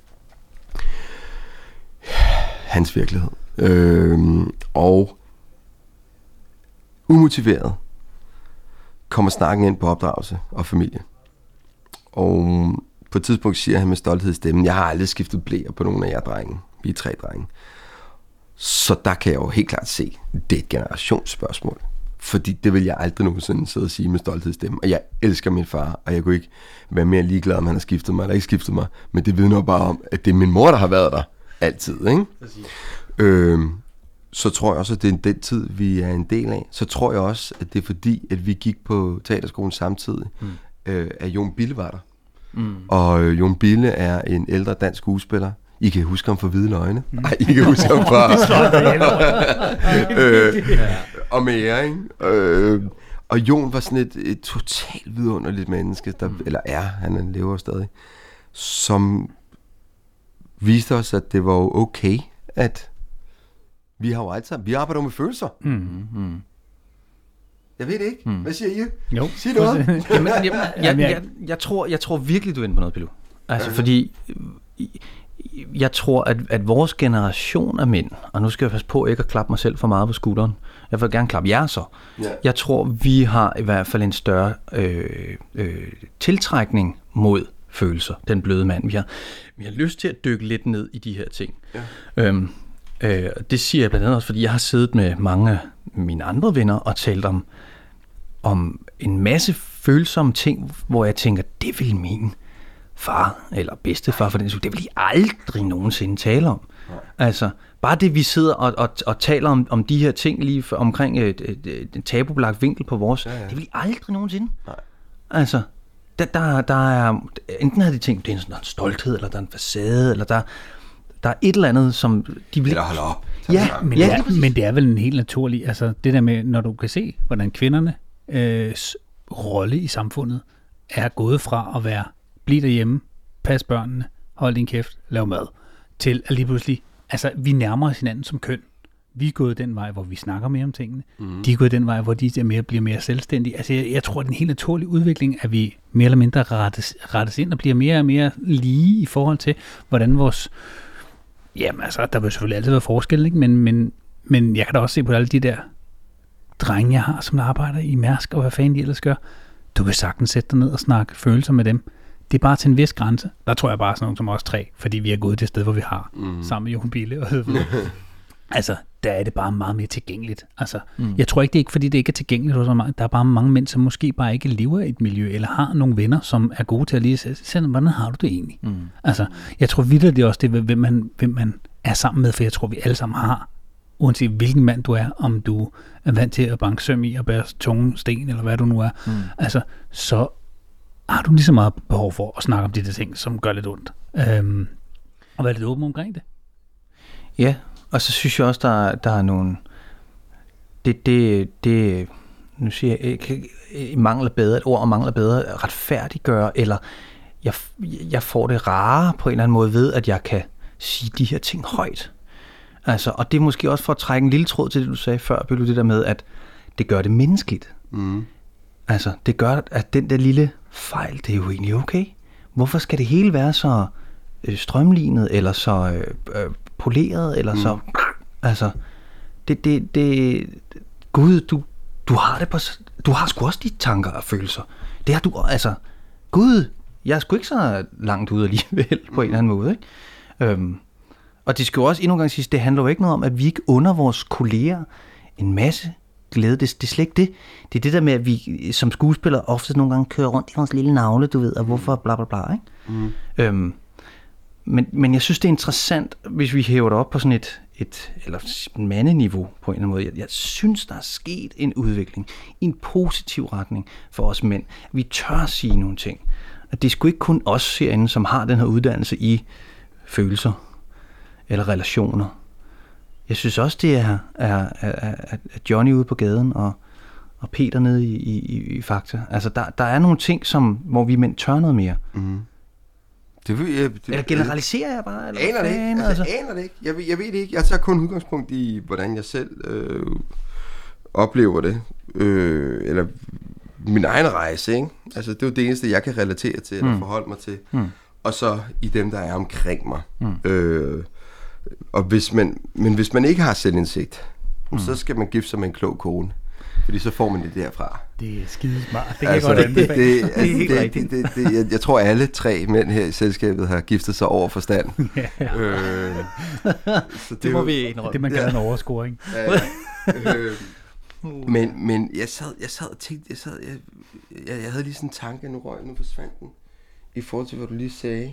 hans virkelighed. Øh, og umotiveret kommer snakken ind på opdragelse og familie. Og på et tidspunkt siger han med stolthed i stemmen, jeg har aldrig skiftet blæer på nogen af jer drenge. Vi er tre drenge. Så der kan jeg jo helt klart se, det er et generationsspørgsmål. Fordi det vil jeg aldrig nogensinde sidde og sige med stolthed i stemmen. Og jeg elsker min far, og jeg kunne ikke være mere ligeglad, om han har skiftet mig eller ikke skiftet mig. Men det vidner bare om, at det er min mor, der har været der altid. Ikke? Øhm, så tror jeg også, at det er den tid, vi er en del af. Så tror jeg også, at det er fordi, at vi gik på teaterskolen samtidig, mm. øh, at Jon Bille var der. Mm. Og øh, Jon Bille er en ældre dansk skuespiller. I kan huske ham for Hvide Løgne. Nej, mm. I kan huske ham for... øh, og mere, ikke? Øh, og Jon var sådan et, et totalt vidunderligt menneske, der, mm. eller er, han lever stadig, som viste os, at det var okay, at vi har jo altid, vi arbejder med følelser. Mm-hmm. Jeg ved det ikke. Mm. Hvad siger I? Jo. Sig noget. Jamen, jeg, jeg, jeg, jeg, tror, jeg tror virkelig, du er inde på noget, Pilu. Altså, ja. fordi jeg tror, at, at vores generation af mænd, og nu skal jeg passe på ikke at klappe mig selv for meget på skulderen. Jeg vil gerne klappe jer så. Ja. Jeg tror, vi har i hvert fald en større øh, øh, tiltrækning mod følelser. Den bløde mand. Vi har, vi har lyst til at dykke lidt ned i de her ting. Ja. Øhm, øh, det siger jeg blandt andet også, fordi jeg har siddet med mange af mine andre venner og talt om, om en masse følsomme ting, hvor jeg tænker, det vil min far, eller bedstefar for den det vil I aldrig nogensinde tale om. Nej. Altså, bare det, vi sidder og, og, og taler om, om de her ting lige for, omkring et, et, et, et tabubelagt vinkel på vores, ja, ja. Det vil I aldrig nogensinde. Nej. Altså, der, der, der er, enten har de tænkt, det er en, sådan, en stolthed, eller der er en facade, eller der, der er et eller andet, som de vil... Eller holde op. Ja, men, ja, det er, men det er vel en helt naturlig, altså det der med, når du kan se, hvordan kvinderne øh, rolle i samfundet er gået fra at være, bliv derhjemme, pas børnene, hold din kæft, lav mad, til at lige pludselig, altså vi nærmer os hinanden som køn. Vi er gået den vej, hvor vi snakker mere om tingene. Mm. De er gået den vej, hvor de er mere, bliver mere selvstændige. Altså jeg, jeg tror, det er en helt naturlig udvikling, at vi mere eller mindre rettes, rettes ind og bliver mere og mere lige i forhold til, hvordan vores... Jamen altså, der vil selvfølgelig altid være forskel, ikke? Men, men, men jeg kan da også se på alle de der drenge, jeg har, som der arbejder i Mærsk, og hvad fanden de ellers gør. Du kan sagtens sætte dig ned og snakke følelser med dem. Det er bare til en vis grænse. Der tror jeg bare sådan nogle som os tre, fordi vi er gået til sted, hvor vi har, mm. sammen med Jon Bille og Hedvig. Altså, der er det bare meget mere tilgængeligt. Altså, mm. jeg tror ikke, det er ikke, fordi det ikke er tilgængeligt hos mange. Der er bare mange mænd, som måske bare ikke lever i et miljø, eller har nogle venner, som er gode til at lige sige, hvordan har du det egentlig? Mm. Altså, jeg tror videre det er også det, hvem man, hvem man er sammen med, for jeg tror, vi alle sammen har, uanset hvilken mand du er, om du er vant til at banke søm i og bære tunge sten, eller hvad du nu er, mm. altså, så har du lige så meget behov for at snakke om de der ting, som gør lidt ondt. Øhm, og være lidt åben omkring det. Ja, og så synes jeg også, der, der er nogle... Det, det, det, nu siger jeg, jeg mangler bedre, et ord og mangler bedre, retfærdiggøre, eller jeg, jeg får det rare på en eller anden måde ved, at jeg kan sige de her ting højt. Altså, og det er måske også for at trække en lille tråd til det, du sagde før, Bølle, det der med, at det gør det menneskeligt. Mm. Altså, det gør, at den der lille fejl, det er jo egentlig okay. Hvorfor skal det hele være så øh, strømlignet, eller så øh, øh, poleret, eller mm. så... Altså, det, det, det... Gud, du, du har det på... Du har sgu også de tanker og følelser. Det har du... Altså, Gud, jeg er sgu ikke så langt ude alligevel, på en eller anden måde, ikke? Øhm, og det skal jo også endnu en gang sige, det handler jo ikke noget om, at vi ikke under vores kolleger en masse glæde. Det, det er slet ikke det. Det er det der med, at vi som skuespillere ofte nogle gange kører rundt i vores lille navle, du ved, og hvorfor bla bla bla, ikke? Mm. Øhm, men, men jeg synes, det er interessant, hvis vi hæver det op på sådan et, et eller mandeniveau på en eller anden måde. Jeg, jeg synes, der er sket en udvikling i en positiv retning for os mænd. Vi tør sige nogle ting. At det er sgu ikke kun os herinde, som har den her uddannelse i følelser eller relationer. Jeg synes også, det er, er, er, er Johnny ude på gaden og, og Peter nede i, i, i Fakta. Altså, der, der er nogle ting, som, hvor vi mænd tør noget mere. Mm. Det vil, jeg, det, eller generaliserer jeg bare? Eller aner det ikke. Altså, altså. aner det ikke. Jeg, jeg ved det ikke. Jeg tager kun udgangspunkt i, hvordan jeg selv øh, oplever det. Øh, eller min egen rejse, ikke? Altså, det er jo det eneste, jeg kan relatere til, eller mm. forholde mig til. Mm. Og så i dem, der er omkring mig. Mm. Øh, og hvis man, men hvis man ikke har selvindsigt, mm. så skal man gifte sig med en klog kone. Fordi så får man det derfra. Det er skide smart. Det kan altså, jeg godt anbefale. Det, det, det er helt rigtigt. Det, det, det, jeg, jeg tror, alle tre mænd her i selskabet har giftet sig over forstand. Ja. Øh, så det, det må jo, vi indrømme. Det man kalder ja. en overscoring. Ja, øh, men, men jeg sad, jeg sad og tænkte, jeg, sad, jeg, jeg, jeg havde lige sådan en tanke, nu røg, nu forsvandt den, i forhold til, hvad du lige sagde.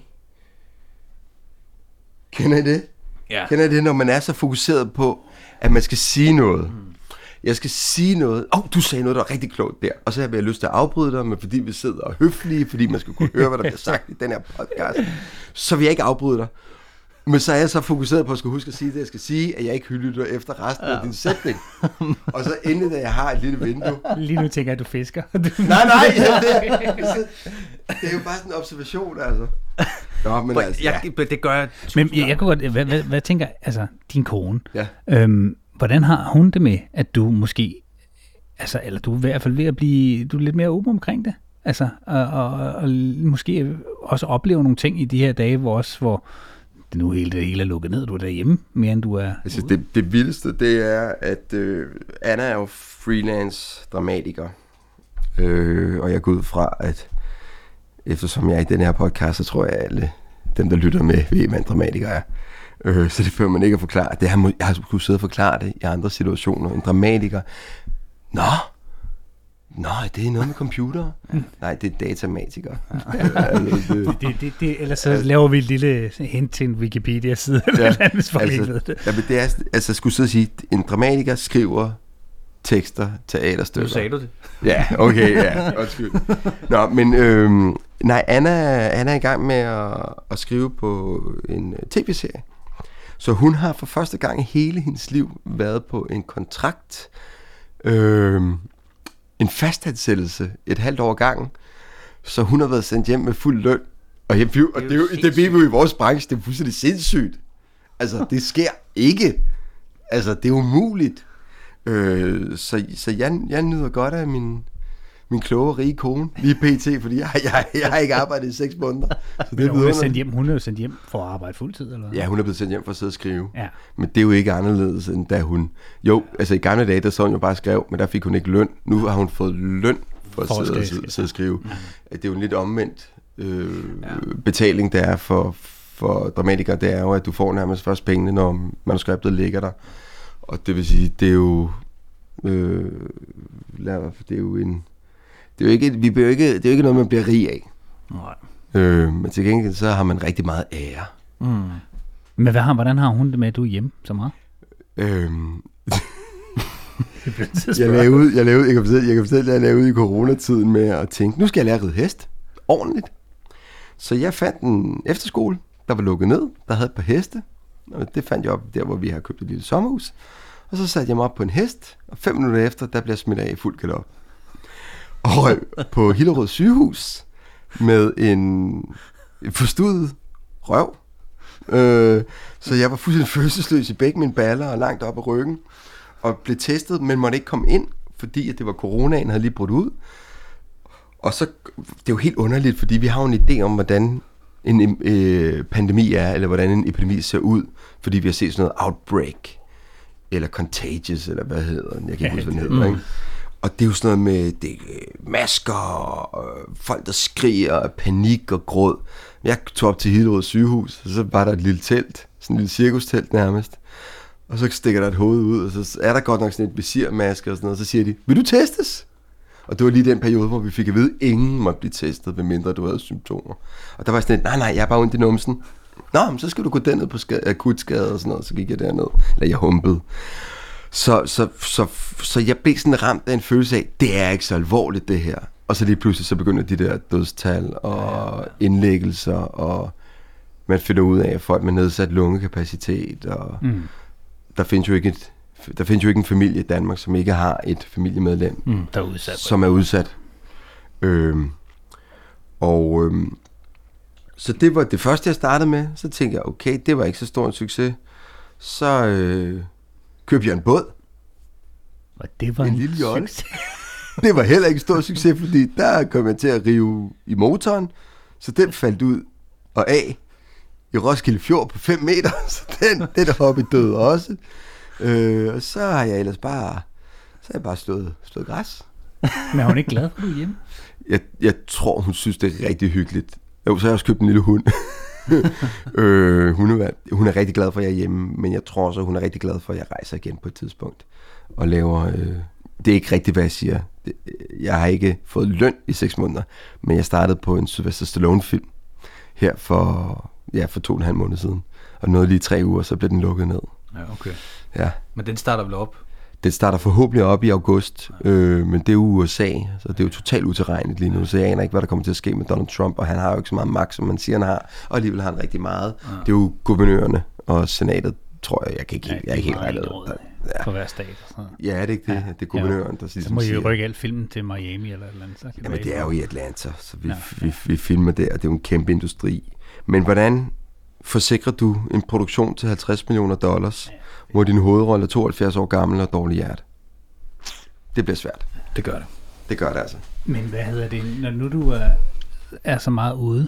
Kender I det? Ja. Kender I det, når man er så fokuseret på, at man skal sige noget? Mm. Jeg skal sige noget. Åh, oh, du sagde noget, der var rigtig klogt der. Og så har jeg lyst til at afbryde dig, men fordi vi sidder og høflige, fordi man skal kunne høre, hvad der bliver sagt i den her podcast, så vil jeg ikke afbryde dig. Men så er jeg så fokuseret på at skulle huske at sige det, jeg skal sige, at jeg ikke hylder dig efter resten ja. af din sætning. Og så endelig, da jeg har et lille vindue. Lige nu tænker jeg, at du fisker. nej, nej. Ja, det, det er jo bare sådan en observation, altså. Nå, men altså, ja. jeg, det gør jeg. Men jeg, jeg kunne godt, hvad, hvad, hvad tænker, altså, din kone, ja. øhm, hvordan har hun det med, at du måske, altså, eller du er i hvert fald ved at blive, du er lidt mere åben omkring det? Altså, og, og, og måske også opleve nogle ting i de her dage, hvor også, hvor det nu hele, det hele er lukket ned, du er derhjemme, mere end du er altså, det, det vildeste, det er, at øh, Anna er jo freelance dramatiker, øh, og jeg går ud fra, at eftersom jeg er i den her podcast, så tror jeg, at alle dem, der lytter med, ved, hvad en dramatiker er. Øh, så det fører man ikke at forklare. Det har, jeg har kunnet sidde og forklare det i andre situationer. En dramatiker. Nå, nej, det er noget med computer. Nej, det er datamatiker. det, det, det, det, ellers så laver vi et lille hint til en Wikipedia-side, eller ja, andet, hvis folk altså, ikke ved det. Ja, men det er, altså, skulle så sige, en dramatiker skriver tekster, teaterstykker. Nu sagde du det. Ja, okay, ja, undskyld. Nå, men øhm, nej, Anna, Anna er i gang med at, at skrive på en tv-serie. Så hun har for første gang i hele hendes liv været på en kontrakt, øhm, en fastansættelse et halvt år gangen, så hun har været sendt hjem med fuld løn. Og, jeg, og det, det, det, det er jo i vores branche, det er fuldstændig sindssygt. Altså, det sker ikke. Altså, det er umuligt. Øh, så så jeg, jeg nyder godt af min, min kloge og rige kone, lige pt, fordi jeg, jeg, jeg har ikke arbejdet i seks måneder. Så men det hun, er sendt hjem, hun er jo sendt hjem for at arbejde fuldtid, eller? Ja, hun er blevet sendt hjem for at sidde og skrive. Ja. Men det er jo ikke anderledes, end da hun... Jo, altså i gamle dage, der så hun jo bare skrev, men der fik hun ikke løn. Nu har hun fået løn for at for sidde, og sidde, sidde og skrive. Ja. Det er jo en lidt omvendt øh, ja. betaling, der er for, for dramatikere. Det er jo, at du får nærmest først pengene, når manuskriptet ligger der. Og det vil sige, det er jo... Øh, det er jo en... Det er jo ikke, vi bliver ikke, det er jo ikke noget, man bliver rig af. Nej. Øh, men til gengæld, så har man rigtig meget ære. Mm. Men hvad har, hvordan har hun det med, at du er hjemme så meget? Øhm, jeg lavede, jeg lavede, jeg kan fortælle, jeg kan fortælle, at jeg lavede i coronatiden med at tænke, nu skal jeg lære at ride hest. Ordentligt. Så jeg fandt en efterskole, der var lukket ned, der havde et par heste. Og det fandt jeg op der, hvor vi har købt et lille sommerhus. Og så satte jeg mig op på en hest, og fem minutter efter, der blev jeg smidt af i fuld galop. Og på Hillerød sygehus med en forstudet røv. Øh, så jeg var fuldstændig følelsesløs i begge mine baller og langt op ad ryggen. Og blev testet, men måtte ikke komme ind, fordi at det var coronaen, havde lige brudt ud. Og så, det er jo helt underligt, fordi vi har jo en idé om, hvordan en øh, pandemi er, eller hvordan en epidemi ser ud. Fordi vi har set sådan noget outbreak, eller contagious, eller hvad hedder den? Jeg kan ikke huske, hvad den hedder, ikke? Og det er jo sådan noget med det, masker, og folk, der skriger, panik og gråd. Jeg tog op til Hillerød sygehus, og så var der et lille telt, sådan et lille cirkustelt nærmest. Og så stikker der et hoved ud, og så er der godt nok sådan et visirmaske og sådan noget, og så siger de, vil du testes? Og det var lige den periode, hvor vi fik at vide, at ingen måtte blive testet, medmindre du havde symptomer. Og der var sådan et, nej, nej, jeg er bare ondt i numsen. Nå, men så skal du gå derned på skade, akutskade og sådan noget, så gik jeg derned. Eller jeg humpede. Så, så, så, så jeg blev sådan ramt af en følelse af, det er ikke så alvorligt det her. Og så lige pludselig så begynder de der dødstal og indlæggelser, og man finder ud af, at folk med nedsat lungekapacitet, og mm. der findes jo ikke et, der findes jo ikke en familie i Danmark, som ikke har et familiemedlem, mm, der er udsat, som er udsat. Øhm, og øhm, så det var det første, jeg startede med. Så tænkte jeg, okay, det var ikke så stor en succes. Så øh, købte jeg en båd. Og det var en, en lille jolle. Det var heller ikke en stor succes, fordi der kom jeg til at rive i motoren, så den faldt ud og af i Roskilde Fjord på fem meter, så den, den er hoppet død også. Øh, og så har jeg ellers bare, så har jeg bare slået, slået græs. Men er hun ikke glad for, at du er hjemme? Jeg, jeg tror, hun synes, det er rigtig hyggeligt. Jo, så har jeg også købt en lille hund. øh, hun, er, hun er rigtig glad for, at jeg er hjemme, men jeg tror også, hun er rigtig glad for, at jeg rejser igen på et tidspunkt og laver... Øh, det er ikke rigtigt, hvad jeg siger. Det, jeg har ikke fået løn i seks måneder, men jeg startede på en Sylvester Stallone-film her for, ja, for to og en halv måned siden. Og nåede lige tre uger, så blev den lukket ned. Ja, okay. Ja. Men den starter vel op? Den starter forhåbentlig op i august, ja. øh, men det er jo U S A, så det er jo totalt utilregneligt lige nu, så jeg aner ikke, hvad der kommer til at ske med Donald Trump, og han har jo ikke så meget magt, som man siger, han har, og alligevel har han rigtig meget. Ja. Det er jo guvernørerne og senatet, tror jeg, jeg kan ikke, ja, jeg er ikke helt regnet. Ja. For hver stat. Så. Ja, det er ikke det. Ja. Det er guvernøren, der siger. Så må I jo rykke alt filmen til Miami eller et eller andet. Så kan Jamen, det er jo i Atlanta, så vi, ja. vi, vi, vi filmer der, og det er jo en kæmpe industri. Men hvordan forsikrer du en produktion til halvtreds millioner dollars, ja. hvor din hovedrolle er tooghalvfjerds år gammel og dårlig hjerte? Det bliver svært. Det gør det. Det gør det altså. Men hvad hedder det, når nu du er, er så meget ude,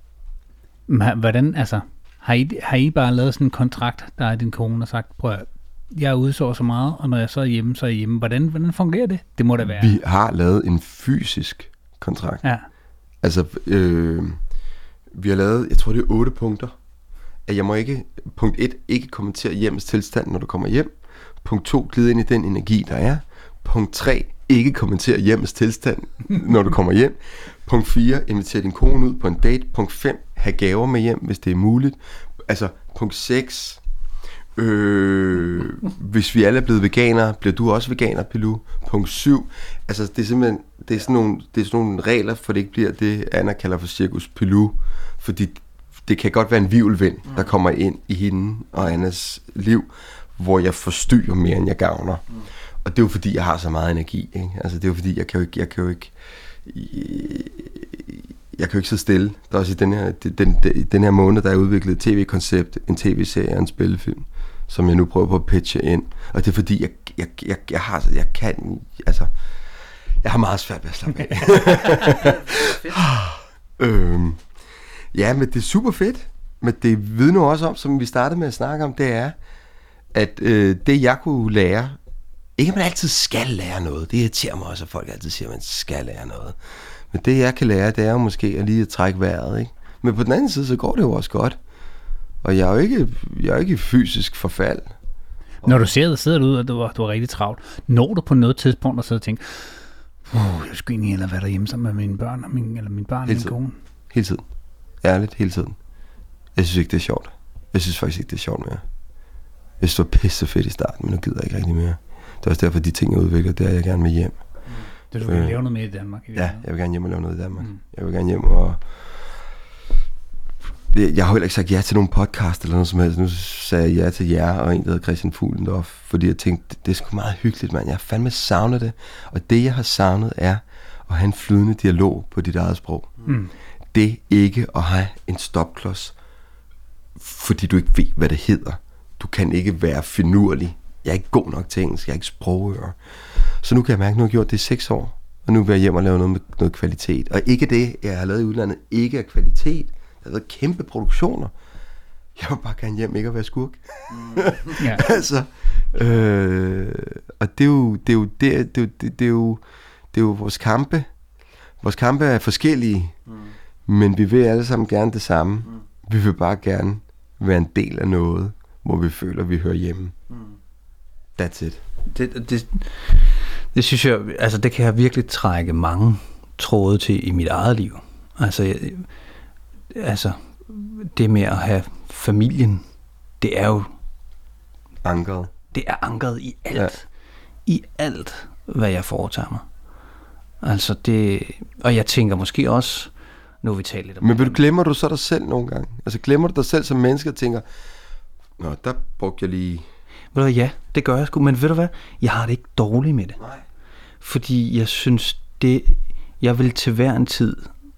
hvordan, altså, har I, har I bare lavet sådan en kontrakt, der er din kone og sagt, prøv at jeg er ude så så meget, og når jeg så er hjemme, så er jeg hjemme. Hvordan, hvordan fungerer det? Det må da være. Vi har lavet en fysisk kontrakt. Ja. Altså, øh, vi har lavet, jeg tror det er otte punkter, at jeg må ikke, punkt et, ikke kommentere hjemmets tilstand, når du kommer hjem. Punkt to, glide ind i den energi, der er. Punkt tre, ikke kommentere hjemmets tilstand, når du kommer hjem. Punkt fire, inviter din kone ud på en date. Punkt fem, have gaver med hjem, hvis det er muligt. Altså, punkt seks, øh, hvis vi alle er blevet veganere, bliver du også veganer, Pilou. Punkt syv, altså det er simpelthen, det er sådan nogle, det er sådan nogle regler, for det ikke bliver det, Anna kalder for cirkus Pilou. Fordi det kan godt være en hvirvelvind, der kommer ind i hende og Annas liv, hvor jeg forstyrrer mere, end jeg gavner. Mm. Og det er jo fordi, jeg har så meget energi. Ikke? Altså det er jo fordi, jeg kan jo ikke, jeg kan jo ikke, jeg kan jo ikke sidde stille. Der er også i den her, den, den her måned, der er udviklet et tv-koncept, en tv-serie og en spillefilm, som jeg nu prøver på at pitche ind. Og det er fordi, jeg, jeg, jeg, jeg har, jeg kan, altså, jeg har meget svært ved at slappe af. øhm, ja, men det er super fedt. Men det vidner også om, som vi startede med at snakke om, det er, at øh, det jeg kunne lære, ikke at man altid skal lære noget, det irriterer mig også, at folk altid siger, at man skal lære noget, men det jeg kan lære, det er jo måske at lige at trække vejret, ikke? Men på den anden side, så går det jo også godt, og jeg er jo ikke, jeg er jo ikke i fysisk forfald. Når du ser det, sidder du ud, og du var, du var rigtig travlt, når du på noget tidspunkt og sidder og tænker, uh, jeg skulle egentlig hellere være derhjemme sammen med mine børn, og min, eller min barn og min kone? Hele tiden. Ærligt, hele tiden. Jeg synes ikke, det er sjovt. Jeg synes faktisk ikke, det er sjovt mere. Jeg synes, det var pisse fedt i starten, men nu gider jeg ikke rigtig mere. Det er også derfor, de ting, jeg udvikler, det er, jeg gerne vil hjem. Mm. Det du vil øh, lave noget mere i Danmark? I ja, jeg vil gerne hjem og lave noget i Danmark. Mm. Jeg vil gerne hjem og... Jeg har heller ikke sagt ja til nogen podcast eller noget som helst. Nu sagde jeg ja til jer og en, der hedder Christian Fuglendorf, fordi jeg tænkte, det er sgu meget hyggeligt, mand. Jeg har fandme savnet det. Og det, jeg har savnet, er at have en flydende dialog på dit eget sprog. Mm. Det ikke at have en stopklods, fordi du ikke ved, hvad det hedder. Du kan ikke være finurlig. Jeg er ikke god nok til engelsk, jeg er ikke sprogører. Så nu kan jeg mærke, at nu har jeg gjort det i seks år, og nu vil jeg hjem og lave noget med noget kvalitet. Og ikke det, jeg har lavet i udlandet, ikke er kvalitet. Der har været kæmpe produktioner. Jeg vil bare gerne hjem, ikke at være skurk. Mm. Yeah. altså, øh, og det er jo, det er jo, det er, det er jo, det er jo, det er jo vores kampe. Vores kampe er forskellige, mm. men vi vil alle sammen gerne det samme. Mm. Vi vil bare gerne være en del af noget, hvor vi føler, at vi hører hjemme. Mm. That's it. Det, det, det synes jeg, altså det kan jeg virkelig trække mange tråde til i mit eget liv. Altså, jeg, altså det med at have familien, det er jo ankeret. Det er ankeret i alt. Ja. I alt, hvad jeg foretager mig. Altså det, og jeg tænker måske også, nu vi taler lidt om... Men vil du, glemmer du så dig selv nogle gange? Altså glemmer du dig selv som menneske og tænker, nå, der brugte jeg lige... Ved du hvad, ja, det gør jeg sgu, men ved du hvad, jeg har det ikke dårligt med det. Nej. Fordi jeg synes, det, jeg vil til hver en tid,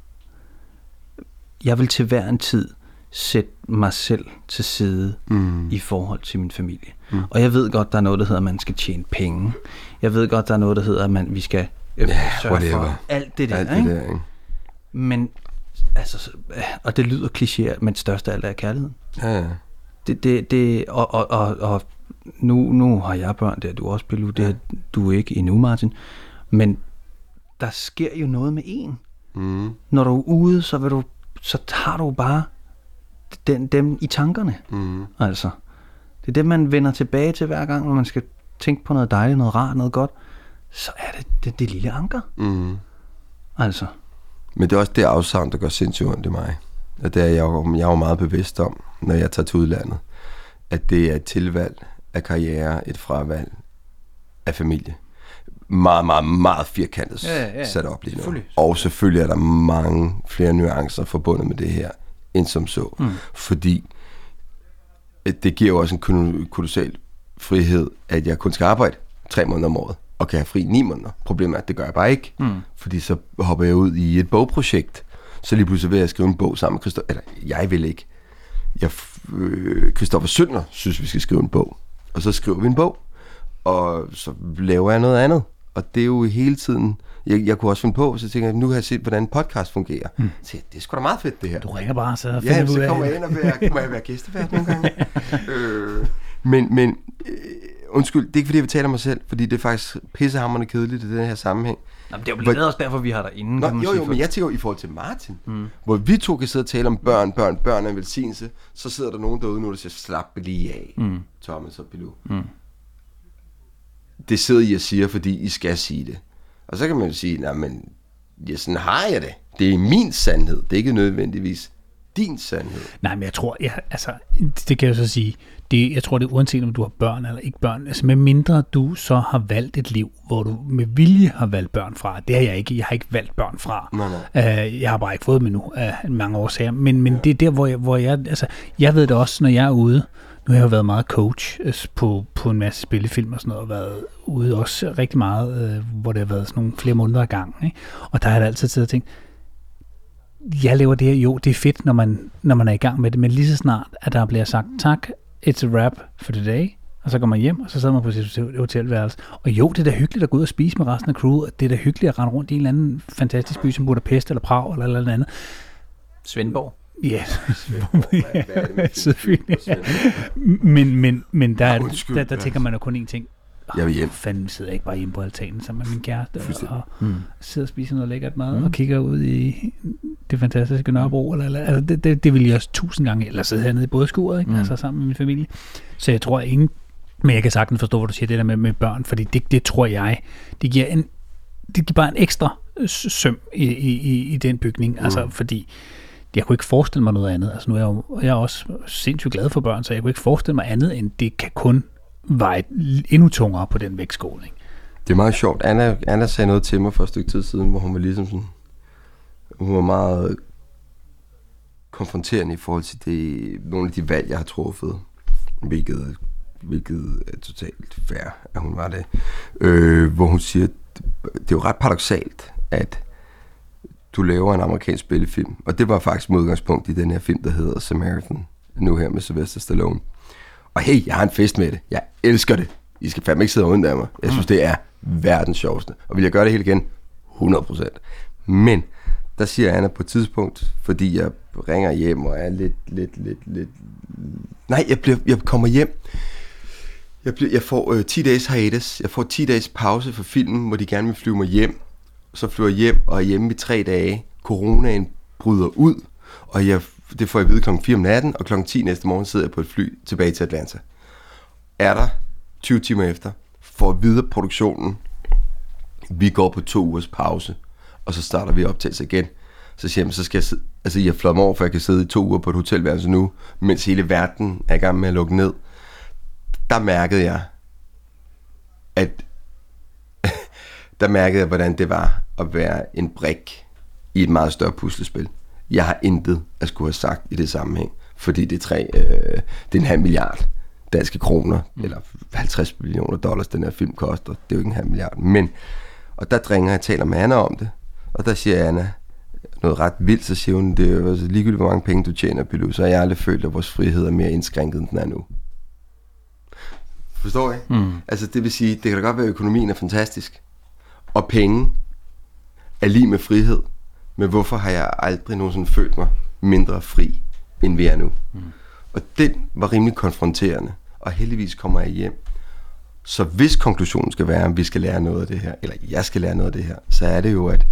jeg vil til hver en tid sætte mig selv til side mm. i forhold til min familie. Mm. Og jeg ved godt, der er noget, der hedder, at man skal tjene penge. Jeg ved godt, der er noget, der hedder, at man, vi skal øh, yeah, sørge whatever. for alt det der. Alt det ikke? der, ikke? Men, altså, og det lyder kliché, men størst af alt er kærligheden. Ja, ja. Det, det, det, og, og, og, og nu, nu har jeg børn, det er du også, Pilou, det er du ikke endnu, Martin. Men der sker jo noget med en. Mm. Når du er ude, så, vil du, så tager du bare den, dem i tankerne. Mm. Altså, det er det, man vender tilbage til hver gang, når man skal tænke på noget dejligt, noget rart, noget godt. Så er det det, det lille anker. Mm. Altså. Men det er også det afsavn, der gør sindssygt ondt i mig. Og det er jeg jo, jeg er jo meget bevidst om, når jeg tager til udlandet. At det er et tilvalg af karriere, et fravalg af familie. Meget, meget, meget firkantet ja, ja, ja. sat op lige nu. Selvfølgelig. Og selvfølgelig er der mange flere nuancer forbundet med det her, end som så. Mm. Fordi det giver jo også en kolossal frihed, at jeg kun skal arbejde tre måneder om året, og kan have fri ni måneder. Problemet er, at det gør jeg bare ikke. Mm. Fordi så hopper jeg ud i et bogprojekt, så lige pludselig vil jeg skrive en bog sammen med Christoffer. Eller, jeg vil ikke. Jeg, øh, Christoffer Sønder synes, vi skal skrive en bog. Og så skriver vi en bog, og så laver jeg noget andet. Og det er jo hele tiden... Jeg, jeg kunne også finde på, så tænker jeg, nu har jeg set, hvordan en podcast fungerer. Mm. Så det er sgu da meget fedt, det her. Du ringer bare, så finder ja, du ud af... Ja, så kommer jeg ind og være, må jeg være gæstevært nogle gange. øh, men, men øh, undskyld, det er ikke fordi, jeg vil tale om mig selv, fordi det er faktisk pissehammerende kedeligt i den her sammenhæng. Nå, men det er jo blandt andet også derfor, vi har derinde. Nå, jo, jo, men jeg tænker jo i forhold til Martin, mm. hvor vi to kan sidde og tale om børn, børn, børn er en velsignelse, så sidder der nogen derude nu, der siger, slap lige af, mm. Thomas og Pilou. Mm. Det sidder I og siger, fordi I skal sige det. Og så kan man jo sige, nej, men ja, sådan har jeg det. Det er min sandhed. Det er ikke nødvendigvis din sandhed. Nej, men jeg tror, ja, altså, det kan jeg så sige, det, jeg tror, det er uanset om du har børn eller ikke børn, altså med mindre du så har valgt et liv, hvor du med vilje har valgt børn fra. Det har jeg ikke. Jeg har ikke valgt børn fra. Nej, nej. Uh, jeg har bare ikke fået dem endnu af mange årsager. Men, men det er der, hvor jeg, hvor jeg, altså, jeg ved det også, når jeg er ude. Nu har jeg jo været meget coach altså, på, på en masse spillefilm og sådan noget, og været ude også rigtig meget, øh, hvor det har været sådan nogle flere måneder ad gang. Ikke? Og der har jeg altid siddet og tænkt, jeg laver det her, jo, det er fedt, når man, når man er i gang med det, men lige så snart, at der bliver sagt, tak, it's a wrap for today, og så går man hjem, og så sidder man på sit hotelværelse. Og jo, det er da hyggeligt at gå ud og spise med resten af crewet, det er da hyggeligt at rende rundt i en eller anden fantastisk by, som Budapest eller Prag eller eller andet. Svendborg. Ja, selvfølgelig. Men, men, men der, der, der tænker man jo kun én ting. Oh, jeg vil hjem. Fanden, sidder jeg ikke bare hjemme på altanen sammen med min kæreste og mm. sidder og spiser noget lækkert mad mm. og kigger ud i det fantastiske Nørrebro. Eller, eller, altså det, det, det vil jeg også tusind gange, eller sidde hernede i bådeskuret, ikke? Mm. Altså sammen med min familie. Så jeg tror ingen, men jeg kan sagtens forstå, hvad du siger, det der med, med børn, fordi det, det tror jeg, det giver, en, det giver bare en ekstra søm i, i, i den bygning, mm. altså fordi jeg kunne ikke forestille mig noget andet. Altså nu er jeg jo jeg er også sindssygt glad for børn, så jeg kunne ikke forestille mig andet, end det kan kun veje endnu tungere på den vægtskål. Ikke? Det er meget sjovt. Anna, Anna sagde noget til mig for et stykke tid siden, hvor hun var ligesom sådan, hun var meget konfronterende i forhold til det, nogle af de valg, jeg har truffet, hvilket, hvilket er totalt fair, at hun var det. Øh, hvor hun siger, det er jo ret paradoksalt, at du laver en amerikansk spillefilm, og det var faktisk med udgangspunkt i den her film, der hedder Samaritan, nu her med Sylvester Stallone. Og hey, jeg har en fest med det. Jeg elsker det. I skal fandme ikke sidde uden af mig. Jeg synes, det er verdens sjoveste. Og vil jeg gøre det helt igen? hundrede procent. Men, der siger Anna på et tidspunkt, fordi jeg ringer hjem og er lidt, lidt, lidt, lidt... Nej, jeg, bliver, jeg kommer hjem. Jeg, bliver, jeg får øh, ti dages hiatus. Jeg får ti dages pause for filmen, hvor de gerne vil flyve mig hjem. Så flyver jeg hjem og er hjemme i tre dage. Coronaen bryder ud, og jeg, det får jeg vide klokken fire om natten, og klokken ti næste morgen sidder jeg på et fly tilbage til Atlanta. Er der tyve timer efter, for at vide produktionen, vi går på to ugers pause, og så starter vi optagelse igen. Så siger jeg, så skal jeg sidde, altså jeg flår mig over, for jeg kan sidde i to uger på et hotelværelse nu, mens hele verden er i gang med at lukke ned. Der mærkede jeg, at der mærkede jeg, hvordan det var at være en brik i et meget større puslespil. Jeg har intet at skulle have sagt i det sammenhæng, fordi det er, tre, øh, det er en halv milliard danske kroner, mm. eller halvtreds millioner dollars, den her film koster. Det er jo ikke en halv milliard. Men, og der dringer jeg taler med Anna om det, og der siger Anna noget ret vildt, så siger hun, det er jo altså ligegyldigt, hvor mange penge du tjener, Pilou, så har jeg aldrig følt, at vores frihed er mere indskrænket, end den er nu. Forstår I? Mm. Altså det vil sige, det kan da godt være, at økonomien er fantastisk, og penge er lige med frihed, men hvorfor har jeg aldrig nogensinde følt mig mindre fri, end vi er nu? Mm. Og den var rimelig konfronterende, og heldigvis kommer jeg hjem. Så hvis konklusionen skal være, at vi skal lære noget af det her, eller jeg skal lære noget af det her, så er det jo, at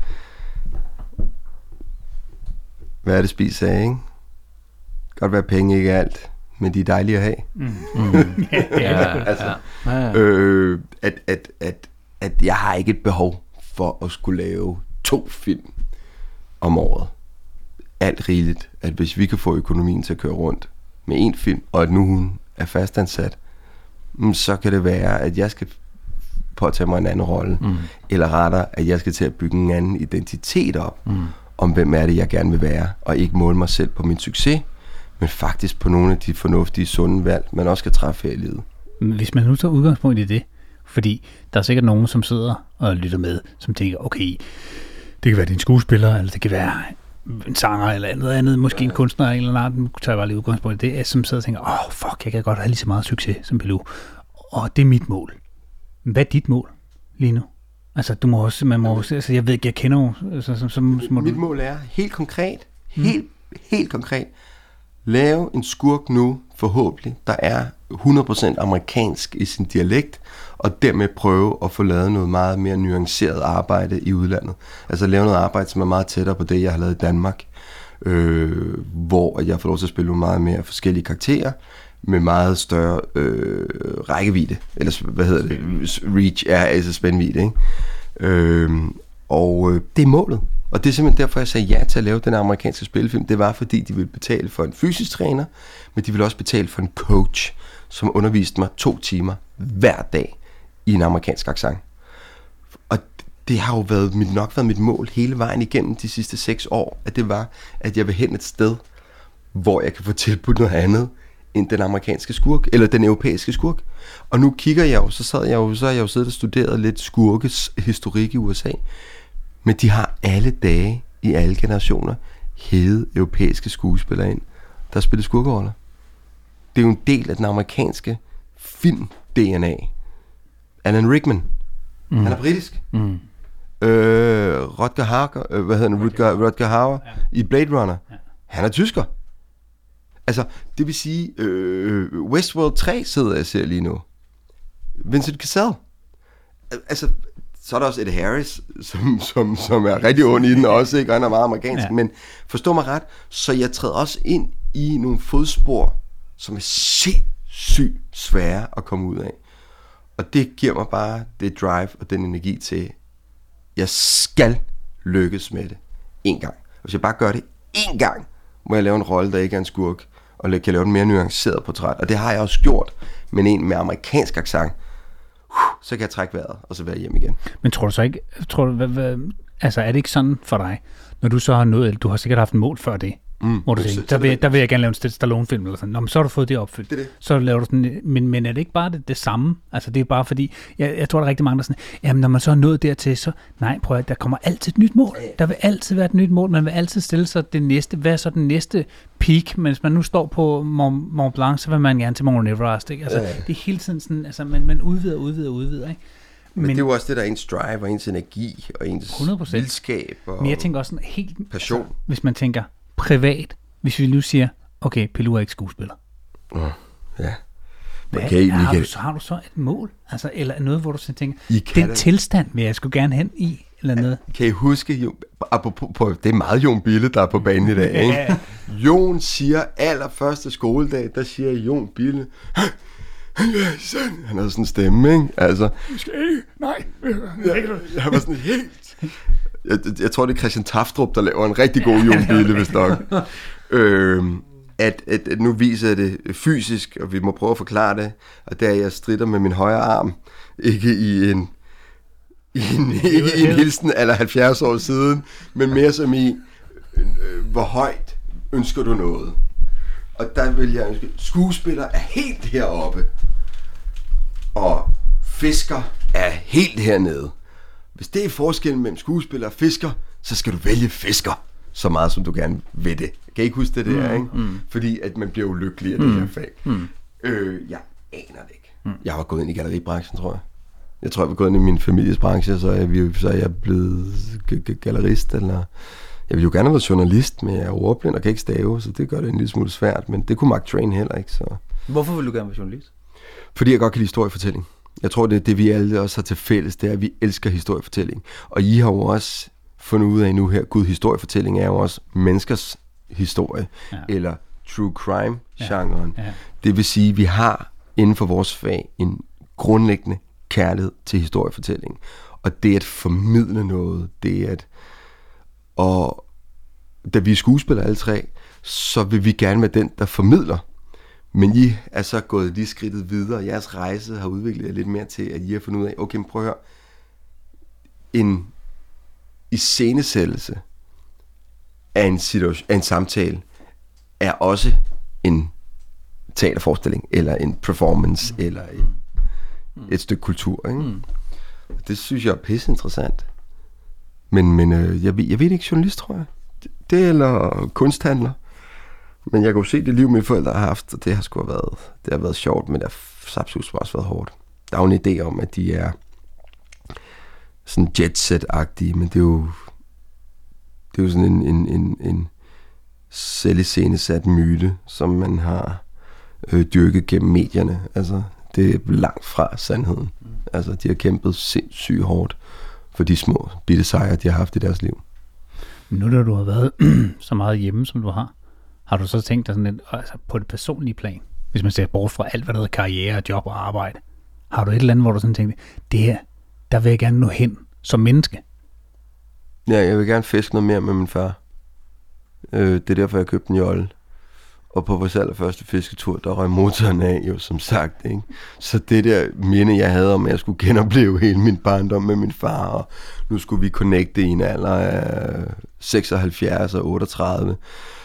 hvad er det, Spis sagde, ikke? Godt være penge ikke er alt, men de er dejlige at have. Mm. Mm. ja, altså, ja. Øh, at, at, at, at jeg har ikke et behov for at skulle lave to film om året. Alt rigeligt, at hvis vi kan få økonomien til at køre rundt med en film, og at nu hun er fastansat, så kan det være, at jeg skal påtage mig en anden rolle, mm. eller rettere, at jeg skal til at bygge en anden identitet op, mm. om hvem er det, jeg gerne vil være, og ikke måle mig selv på min succes, men faktisk på nogle af de fornuftige, sunde valg, man også skal træffe her i livet. Hvis man nu tager udgangspunkt i det, fordi der er sikkert nogen, som sidder og lytter med, som tænker, okay, det kan være din skuespiller, eller det kan være en sanger, eller noget andet, måske ja. en kunstner, eller noget andet, tager jeg bare lige udgangspunkt i det, som sidder og tænker, åh, oh, fuck, jeg kan godt have lige så meget succes som Pilou, og det er mit mål. Hvad er dit mål lige nu? Altså, du må også, man må også, altså, jeg ved ikke, jeg kender jo, altså, som, som, som mit du... mål er helt konkret, helt, mm. helt konkret, lave en skurk nu, forhåbentlig, der er hundrede procent amerikansk i sin dialekt, og dermed prøve at få lavet noget meget mere nuanceret arbejde i udlandet. Altså lave noget arbejde, som er meget tættere på det, jeg har lavet i Danmark, øh, hvor jeg får lov til at spille meget mere forskellige karakterer, med meget større øh, rækkevidde, eller hvad hedder det, reach, er altså spændvidde, ikke? Øh, og øh, det er målet. Og det er simpelthen derfor, jeg sagde ja til at lave den amerikanske spillefilm. Det var, fordi de ville betale for en fysisk træner, men de ville også betale for en coach, som underviste mig to timer hver dag i en amerikansk accent. Og det har jo været mit, nok været mit mål hele vejen igennem de sidste seks år, at det var, at jeg vil hen et sted, hvor jeg kan få tilbudt noget andet end den amerikanske skurk, eller den europæiske skurk. Og nu kigger jeg jo, så sad jeg jo, så har jeg jo siddet og studeret lidt skurkes historik i U S A, men de har alle dage i alle generationer hævet europæiske skuespillere ind, der spiller skurkeroller. Det er jo en del af den amerikanske film-D N A. Alan Rickman, mm. han er britisk. Mm. Øh, Rutger Hauer, øh, hvad hedder han, Rutger, Rutger Hauer ja. i Blade Runner, ja. han er tysker. Altså, det vil sige, øh, Westworld tre sidder jeg ser lige nu. Vincent Cassel. Altså, så er der også Ed Harris, som, som, som er rigtig ond i den også, ikke? Og han er meget amerikansk. Ja. Men forstå mig ret, så jeg træder også ind i nogle fodspor, som er sindssygt svære at komme ud af. Og det giver mig bare det drive og den energi til, jeg skal lykkes med det en gang. Hvis jeg bare gør det en gang, må jeg lave en rolle, der ikke er en skurk, og kan lave en mere nuanceret portræt. Og det har jeg også gjort, men en med amerikansk accent. Så kan jeg trække vejret, og så være hjem igen. Men tror du så ikke, tror du, hvad, hvad, altså er det ikke sådan for dig, når du så har nået, du har sikkert haft en mål før det, mm, hvor du tænker, der vil, der vil jeg gerne lave en Stallone-film eller sådan. Nå, men så har du fået det opfyldt. Det det. Så laver du sådan, men, men er det ikke bare det, det samme? Altså det er bare fordi, jeg, jeg tror, der er rigtig mange, der sådan, jamen når man så er nået dertil, så nej, prøv at der kommer altid et nyt mål. Der vil altid være et nyt mål, man vil altid stille sig det næste, hvad er så den næste peak, men hvis man nu står på Mont, Mont Blanc, så vil man gerne til Mount Everest, ikke? Altså ja. Det er hele tiden sådan, altså man, man udvider, udvider, udvider, ikke? Men, men det er jo også det, der er ens drive, og ens energi, og ens hundrede procent vildskab, og men jeg tænker også sådan helt, passion. Altså, hvis man tænker privat, hvis vi nu siger, okay, Pilou er ikke skuespiller. Oh, ja. Hvad, kan I, har, kan... du, så har du så et mål? Altså, eller noget, hvor du så tænker, den da... tilstand vil jeg skulle gerne hen i, eller noget. Kan I huske, jo, apropos, på, det er meget Jon Bille, der er på banen i dag, ikke? Ja. Jon siger, allerførste skoledag, der siger Jon Bille, han havde sådan en stemme, ikke? Altså, vi skal ikke, nej. Jeg, jeg var sådan helt... Jeg, jeg tror, det er Christian Taftrup, der laver en rigtig god Jon Bille, hvis nok. Øhm, at, at, at nu viser jeg det fysisk, og vi må prøve at forklare det, og der jeg stritter med min højre arm, ikke i en, i en, i en hilsen eller halvfjerds år siden, men mere som i, øh, hvor højt ønsker du noget? Og der vil jeg ønske, skuespiller er helt heroppe, og fisker er helt hernede. Hvis det er forskellen mellem skuespiller og fisker, så skal du vælge fisker, så meget som du gerne vil det. Kan I ikke huske det der, ikke? Mm. Fordi at man bliver ulykkelig af det mm. her fag. Mm. Øh, jeg aner det ikke. Mm. Jeg har gået ind i galleribranchen, tror jeg. Jeg tror, jeg var gået ind i min families branche, så er jeg, så er jeg blevet gallerist, eller... Jeg vil jo gerne have været journalist, men jeg er ordblind og kan ikke stave, så det gør det en lille smule svært, men det kunne Mark Twain heller ikke, så... Hvorfor vil du gerne være journalist? Fordi jeg godt kan lide historiefortælling. Jeg tror, det er det, vi alle også har til fælles, det er, at vi elsker historiefortælling. Og I har jo også fundet ud af nu her, gud, historiefortælling er jo også menneskers historie, ja. Eller true crime-genren. Ja. Ja. Det vil sige, at vi har inden for vores fag en grundlæggende kærlighed til historiefortælling. Og det er at formidle noget, det er at... Og da vi er skuespillere alle tre, så vil vi gerne være den, der formidler. Men I er så gået lige skridtet videre. Jeres rejse har udviklet jer lidt mere til, at I har fundet ud af, okay, men prøv at høre, en iscenesættelse af en, situation, af en samtale er også en teaterforestilling, eller en performance, mm. eller et, et stykke kultur. Ikke? Mm. Det synes jeg er pisse interessant. Men, men øh, jeg, ved, jeg ved ikke, journalist, tror jeg. Det, det eller kunsthandler. Men jeg kan jo se det liv, mine forældre har haft, og det har sgu været, det har været sjovt, men det har absolut også været hårdt. Der er jo en idé om, at de er sådan jet-set-agtige, men det er jo, det er jo sådan en, en, en, en selviscenesat myte, som man har øh, dyrket gennem medierne. Altså, det er langt fra sandheden. Mm. Altså, de har kæmpet sindssygt hårdt for de små bitte sejre, de har haft i deres liv. Nu da du har været så meget hjemme, som du har, har du så tænkt dig sådan lidt, altså på det personlige plan, hvis man ser bort fra alt, hvad der hedder karriere, job og arbejde, har du et eller andet, hvor du sådan tænkte, det her, der vil jeg gerne nå hen, som menneske? Ja, jeg vil gerne fiske noget mere med min far. Øh, det er derfor, jeg købte en jolle. Og på vores allerførste fisketur, der røg motoren af, jo som sagt, ikke? Så det der minde, jeg havde om, at jeg skulle genopleve hele min barndom med min far, og nu skulle vi connecte i en alder af seksoghalvfjerds og otteogtredive,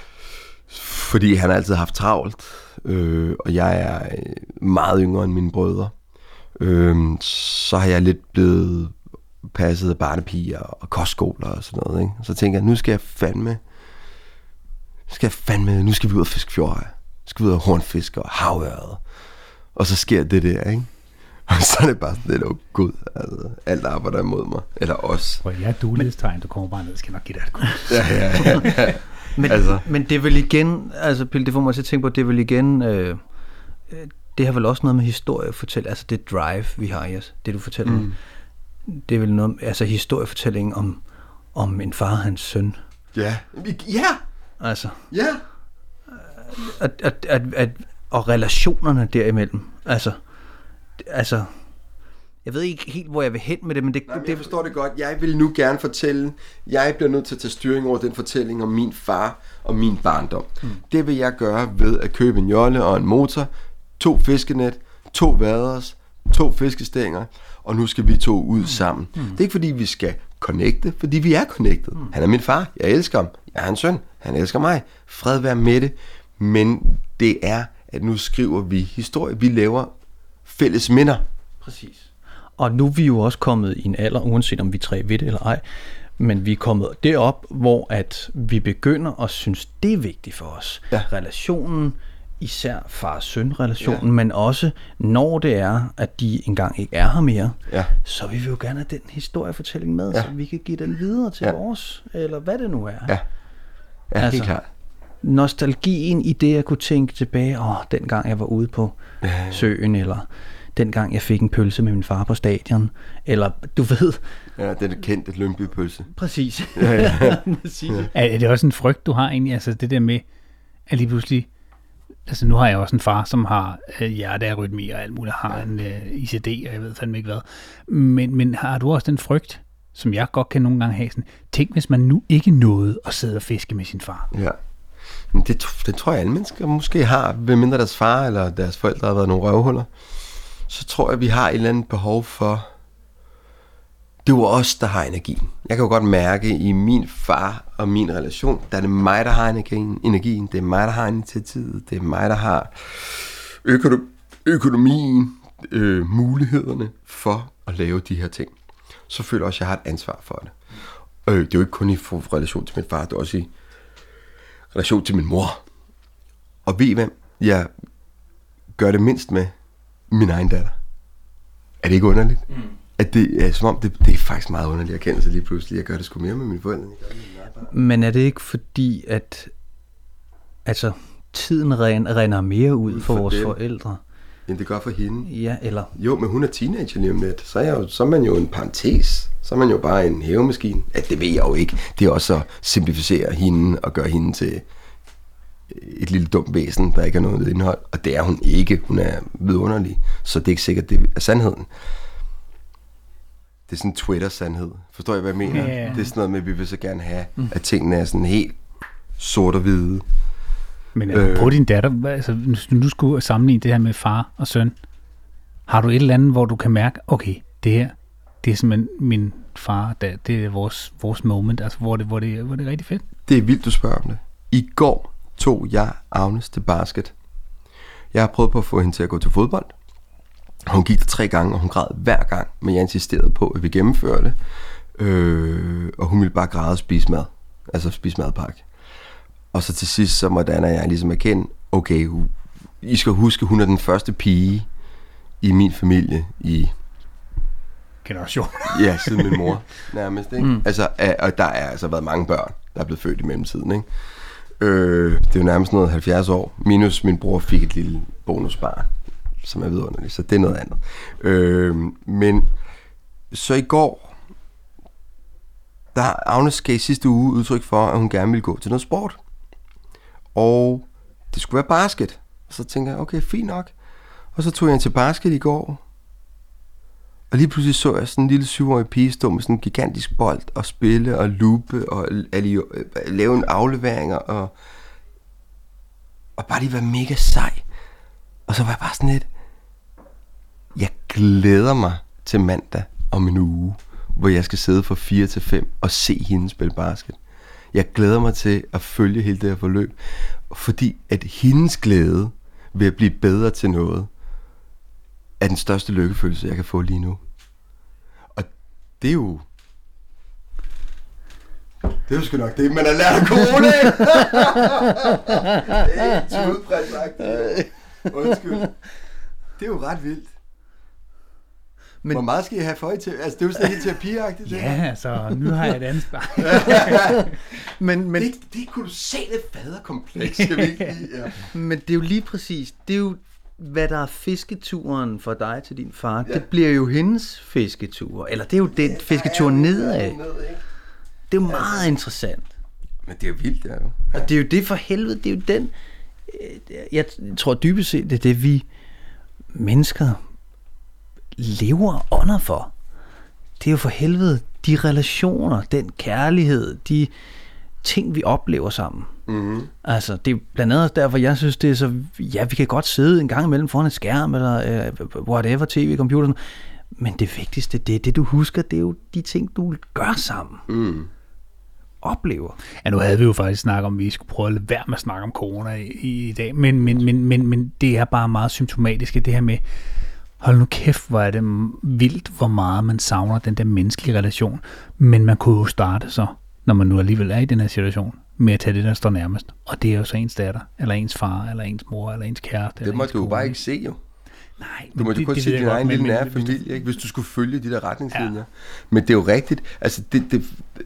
fordi han altid har haft travlt, øh, og jeg er meget yngre end mine brødre. Øh, så har jeg lidt blevet passet af barnepiger og kostskoler og sådan noget, ikke? Så tænker jeg, nu skal jeg fandme skal jeg fandme, nu skal vi ud og fiske fjorde, skal vi ud og hornfiske og havørred. Og så sker det der, ikke? Og så er det bare sådan lidt, åh gud, altså, alt arbejder imod mig, eller os. Hvor jeg er duelighedstegn, du kommer bare ned, skal nok give dig et kurs. Ja, ja, ja, ja. Men, altså. men det er vel igen, altså Pille, det får mig til at tænke på, det er vel igen, øh, det har vel også noget med historiefortælling, altså det drive, vi har i os, det du fortæller mm. det er vel noget, altså historiefortælling om, om en far og hans søn. Ja, ja! Altså, ja. At, at, at, at, og relationerne derimellem. Altså, altså, jeg ved ikke helt, hvor jeg vil hen med det, men det... Nej, men det jeg forstår det godt. Jeg vil nu gerne fortælle, jeg bliver nødt til at tage styring over den fortælling om min far og min barndom. Mm. Det vil jeg gøre ved at købe en jolle og en motor, to fiskenet, to vaders, to fiskestænger, og nu skal vi to ud sammen. Mm. Det er ikke fordi, vi skal connecte, fordi vi er connected. Mm. Han er min far, jeg elsker ham, jeg er hans søn, han elsker mig, fred være med det, men det er, at nu skriver vi historie, vi laver fælles minder. Præcis. Og nu er vi jo også kommet i en alder, uanset om vi tre ved det eller ej, men vi er kommet derop, hvor at vi begynder at synes, det er vigtigt for os. Ja. Relationen, især far-søn-relationen, ja. Men også når det er, at de engang ikke er her mere, ja. Så vil vi jo gerne have den historiefortælling med, ja. Så vi kan give den videre til ja. Vores, eller hvad det nu er. Ja, ja altså, helt klart. Nostalgien i det, at kunne tænke tilbage, åh, dengang jeg var ude på ja. Søen, eller dengang jeg fik en pølse med min far på stadion, eller du ved... Ja, det er det kendte Lyngby-pølse. Præcis. Ja, ja. Præcis. Ja. Er det også en frygt, du har egentlig, altså det der med, at lige pludselig, altså nu har jeg også en far, som har øh, hjertearytmi og alt muligt, har ja. en øh, I C D, og jeg ved fandme ikke hvad, men, men har du også den frygt, som jeg godt kan nogle gange have sådan, tænk hvis man nu ikke nåede at sidde og fiske med sin far. Ja. Men det, det tror jeg alle mennesker måske har, ved mindre deres far eller deres forældre har været nogle røvhuller. Så tror jeg, vi har et eller andet behov for, det er jo os, der har energien. Jeg kan jo godt mærke i min far og min relation, der er det mig, der har energien. energien. Det er mig, der har initiativet. Det er mig, der har økonom- økonomien, øh, mulighederne for at lave de her ting. Så føler jeg også, at jeg har et ansvar for det. Øh, det er jo ikke kun i relation til min far, det er også i relation til min mor. Og ved I hvem? Jeg gør det mindst med min egen datter. Er det ikke underligt? Mm. At det er som om, det, det er faktisk meget underligt at kende sig lige pludselig. Jeg gør det sgu mere med mine forældre. Men er det ikke fordi, at altså, tiden render mere ud, ud for, for vores dem. Forældre? End det gør for hende? Ja, eller? Jo, men hun er teenager lige om lidt. Så er, jeg jo, så er man jo en parentes. Så er man jo bare en hævemaskine. Ja, det ved jeg jo ikke. Det er også at simplificere hende og gøre hende til et lille dumt væsen, der ikke har noget indhold. Og det er hun ikke. Hun er vidunderlig. Så det er ikke sikkert, det er sandheden. Det er sådan en Twitter-sandhed. Forstår I, hvad jeg mener? Yeah. Det er sådan noget med, at vi vil så gerne have, mm. at tingene er sådan helt sort og hvide. Men øh, på din datter, altså, hvis du nu skulle sammenligne det her med far og søn, har du et eller andet, hvor du kan mærke, okay, det her, det er simpelthen min far, det er vores, vores moment, altså hvor det, hvor, det, hvor det er rigtig fedt? Det er vildt, du spørger om det. I går tog jeg Agnes til basket. Jeg har prøvet på at få hende til at gå til fodbold. Hun gik der tre gange, og hun græd hver gang, men jeg insisterede på, at vi gennemførte det. Øh, og hun ville bare græde og spise mad. Altså spise madpakke. Og så til sidst, så måtte Anna og jeg ligesom erkende, okay, I skal huske, hun er den første pige i min familie i... generation. Ja, siden min mor, nærmest, ikke? Mm. Altså, og der er altså været mange børn, der er blevet født i mellemtiden, ikke? Øh, det er jo nærmest noget halvfjerds år, minus min bror fik et lille bonusbarn, som er vidunderligt, så det er noget andet. Øh, men så i går, der Agnes gav i sidste uge udtryk for, at hun gerne ville gå til noget sport. Og det skulle være basket. Så tænkte jeg, okay, fint nok. Og så tog jeg til basket i går. Og lige pludselig så jeg sådan en lille syvårig pige stå med sådan en gigantisk bold og spille og lupe og lave en aflevering og, og bare lige være mega sej. Og så var jeg bare sådan lidt, jeg glæder mig til mandag om en uge, hvor jeg skal sidde fra fire til fem og se hende spille basket. Jeg glæder mig til at følge hele det her forløb, fordi at hendes glæde ved at blive bedre til noget, er den største lykkefølelse, jeg kan få lige nu. Og det er jo... Det er jo sgu nok det, man har lært af corona. Det er ikke tudpræsagtigt. Undskyld. Det er jo ret vildt. Men, hvor meget skal I have for I til? Altså, det er jo sådan helt terapiagtigt. Ja, altså, nu har jeg et andet spejl. men, men, det, det er kolossale faderkompleks, skal vi ikke lide? Ja. Men det er jo lige præcis, det er jo, hvad der er fisketuren for dig til din far, ja. Det bliver jo hendes fisketur, eller det er jo den ja, fisketur nedad. Ned, det er jo meget ja. Interessant. Men det er jo vildt, ja. Jo. Ja. Og det er jo det for helvede, det er jo den, jeg tror dybest set, det er det, vi mennesker lever under for. Det er jo for helvede de relationer, den kærlighed, de ting, vi oplever sammen. Mm-hmm. Altså, det er blandt andet derfor, jeg synes, det er så... Ja, vi kan godt sidde en gang imellem foran en skærm, eller uh, whatever, tv, computer, men det vigtigste, det er det, du husker, det er jo de ting, du gør sammen. Mm. Oplever. Ja, nu havde vi jo faktisk snakket om, at vi skulle prøve at lade være med at snakke om corona i, i dag, men, men, men, men, men det er bare meget symptomatisk, det her med, hold nu kæft, hvor er det vildt, hvor meget man savner den der menneskelige relation. Men man kunne jo starte så, når man nu alligevel er i den her situation, med at tage det, der står nærmest. Og det er jo så ens datter, eller ens far, eller ens mor, eller ens kæreste. Det må du jo bare ikke se, jo. Nej, du må jo kun se din egen lille nære familie, ikke? Hvis du skulle følge de der retningslinjer. Ja. Men det er jo rigtigt. Altså, det... det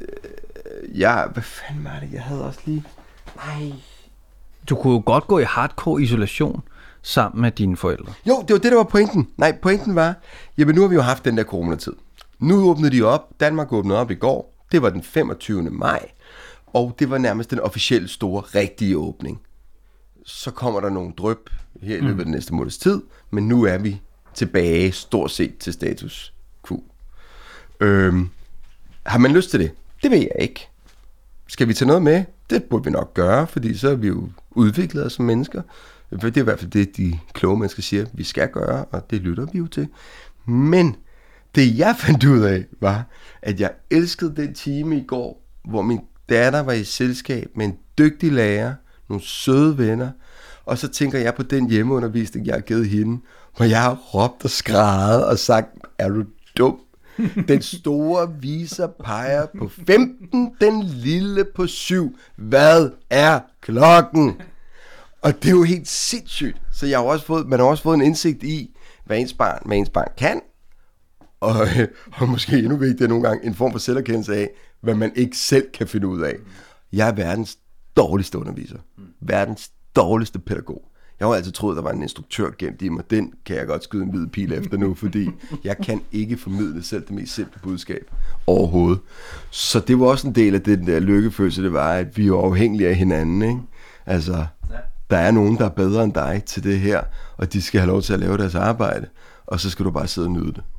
ja, hvad fanden var det? Jeg havde også lige... Nej. Du kunne jo godt gå i hardcore isolation sammen med dine forældre. Jo, det var det, der var pointen. Nej, pointen var, jamen nu har vi jo haft den der coronatid. Nu åbnede de op. Danmark åbnede op i går. Det var den femogtyvende maj. Og det var nærmest den officielle store, rigtige åbning. Så kommer der nogle dryp her i løbet af den næste måneds tid. Men nu er vi tilbage stort set til status quo. Øhm, har man lyst til det? Det ved jeg ikke. Skal vi tage noget med? Det burde vi nok gøre, fordi så er vi jo udviklet som mennesker. Det er i hvert fald det, de kloge mennesker siger, vi skal gøre, og det lytter vi jo til. Men det jeg fandt ud af, var, at jeg elskede den time i går, hvor min datter var i selskab med en dygtig lærer, nogle søde venner, og så tænker jeg på den hjemmeundervisning, jeg har givet hende, hvor jeg har råbt og skrædet og sagt, er du dum? Den store viser peger på femten, den lille på syv. Hvad er klokken? Og det er jo helt sindssygt. Så jeg har også fået, man har også fået en indsigt i, hvad ens barn, hvad ens barn kan. Og, og måske endnu vigtigere nogle gange, en form for selverkendelse af, hvad man ikke selv kan finde ud af. Jeg er verdens dårligste underviser. Verdens dårligste pædagog. Jeg har altid troet, der var en instruktør gemt i mig. Den kan jeg godt skyde en hvid pil efter nu, fordi jeg kan ikke formidle selv det mest simple budskab overhovedet. Så det var også en del af den der lykkefølelse, det var, at vi er afhængige af hinanden, ikke? Altså, der er nogen, der er bedre end dig til det her, og de skal have lov til at lave deres arbejde, og så skal du bare sidde og nyde det.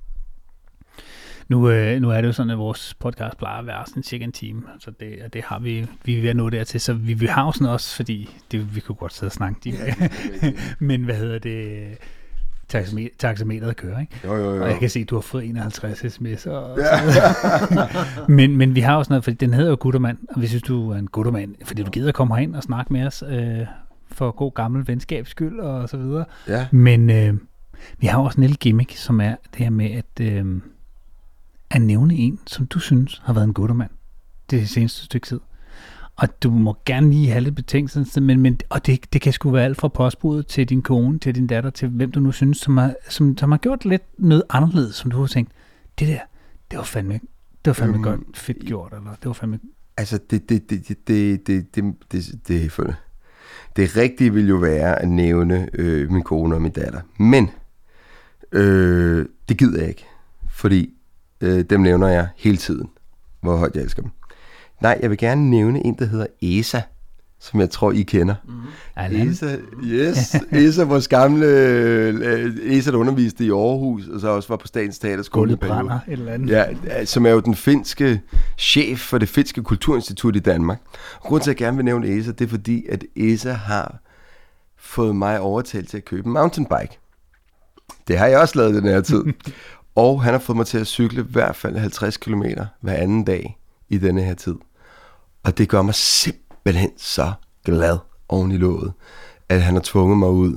Nu, øh, nu er det jo sådan, at vores podcast plejer at være sådan cirka en time, så det, det har vi, vi er ved at nå dertil, så vi, vi har jo sådan også, fordi det, vi kunne godt sidde og snakke time. Ja, men hvad hedder det, taxamet, taxameteret kører, ikke? Jo, jo, jo. Og jeg kan se, at du har fået enoghalvtreds sms'er. Og ja. men, men vi har jo sådan noget, fordi den hedder jo Guttermand, og vi synes, du er en Guttermand, fordi du gider at komme herind og snakke med os øh, for god gammel venskabs skyld og så videre. Ja. Men øh, vi har også en lille gimmick, som er det her med, at øh, at nævne en, som du synes har været en guttermand det seneste stykke tid. Og du må gerne lige have lidt betænkelse, men, men, og det, det kan sgu være alt fra postbudet til din kone, til din datter, til hvem du nu synes, som har, som, som har gjort lidt noget anderledes, som du har tænkt, det der, det var fandme, det var fandme øhm, godt fedt gjort, eller det var fandme... Altså, det, det, det, det, det, det, det, det, det, det, det rigtige vil jo være at nævne øh, min kone og min datter, men øh, det gider jeg ikke, fordi øh, dem nævner jeg hele tiden, hvor højt jeg elsker dem. Nej, jeg vil gerne nævne en, der hedder Esa. som jeg tror, I kender. Mm. Esa, yes, Esa, vores gamle uh, Esa, der underviste i Aarhus, og så også var på Statens Teaterskole. Guldet brænder, et eller andet. Ja, som er jo den finske chef for det finske kulturinstitut i Danmark. Og grunden til, at jeg gerne vil nævne Esa, det er fordi, at Esa har fået mig overtalt til at købe en mountainbike. Det har jeg også lavet den her tid. Og han har fået mig til at cykle i hvert fald halvtreds kilometer hver anden dag i denne her tid. Og det gør mig simpelthen så glad oven i låget, at han har tvunget mig ud,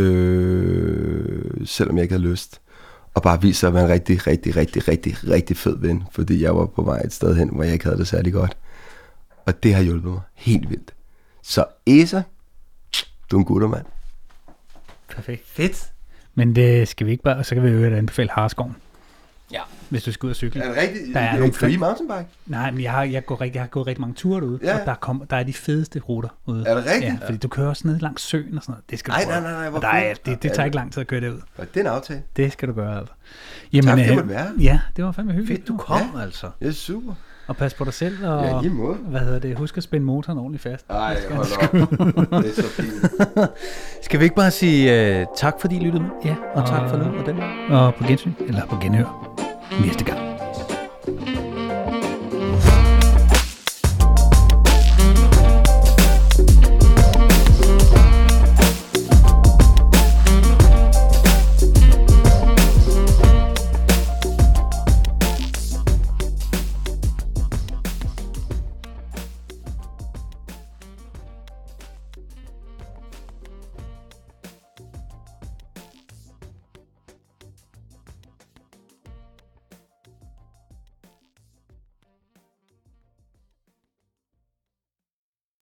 øh, selvom jeg ikke havde lyst. Og bare viser sig at være en rigtig, rigtig, rigtig, rigtig, rigtig fed ven, fordi jeg var på vej et sted hen, hvor jeg ikke havde det særlig godt. Og det har hjulpet mig helt vildt. Så Esa, du er en gutter, mand. Perfekt. Fedt. Men det skal vi ikke bare, så kan vi jo anbefale Hareskoven. Ja. Hvis du skal ud og cykle. Er det rigtigt? Der er er nogle det free fem- mountainbike? Nej, men jeg har, jeg, går rigtig, jeg har gået rigtig mange ture derude, Ja. og der, kom, der er de fedeste ruter ude. Er det rigtigt? Ja, fordi du kører også ned langs søen og sådan noget. Det skal du Ej, prøve. nej, nej, nej, hvor Og der er, fedt. det, det tager ikke lang tid at køre derud. Og det er en aftale. Det skal du gøre, altså. Jamen, Tak, det øh, måtte være. Ja, det var fandme hyggeligt. Fedt, du kom ja. altså. Det er super. Og pas på dig selv, og Ja, lige måde. hvad hedder det, husk at spænde motoren ordentligt fast. Ej, hold op. Det er så fint. Skal vi ikke bare sige uh, tak, fordi I lyttede med? Ja, Og tak for nu og den. Og på gensyn, eller på genhør næste gang.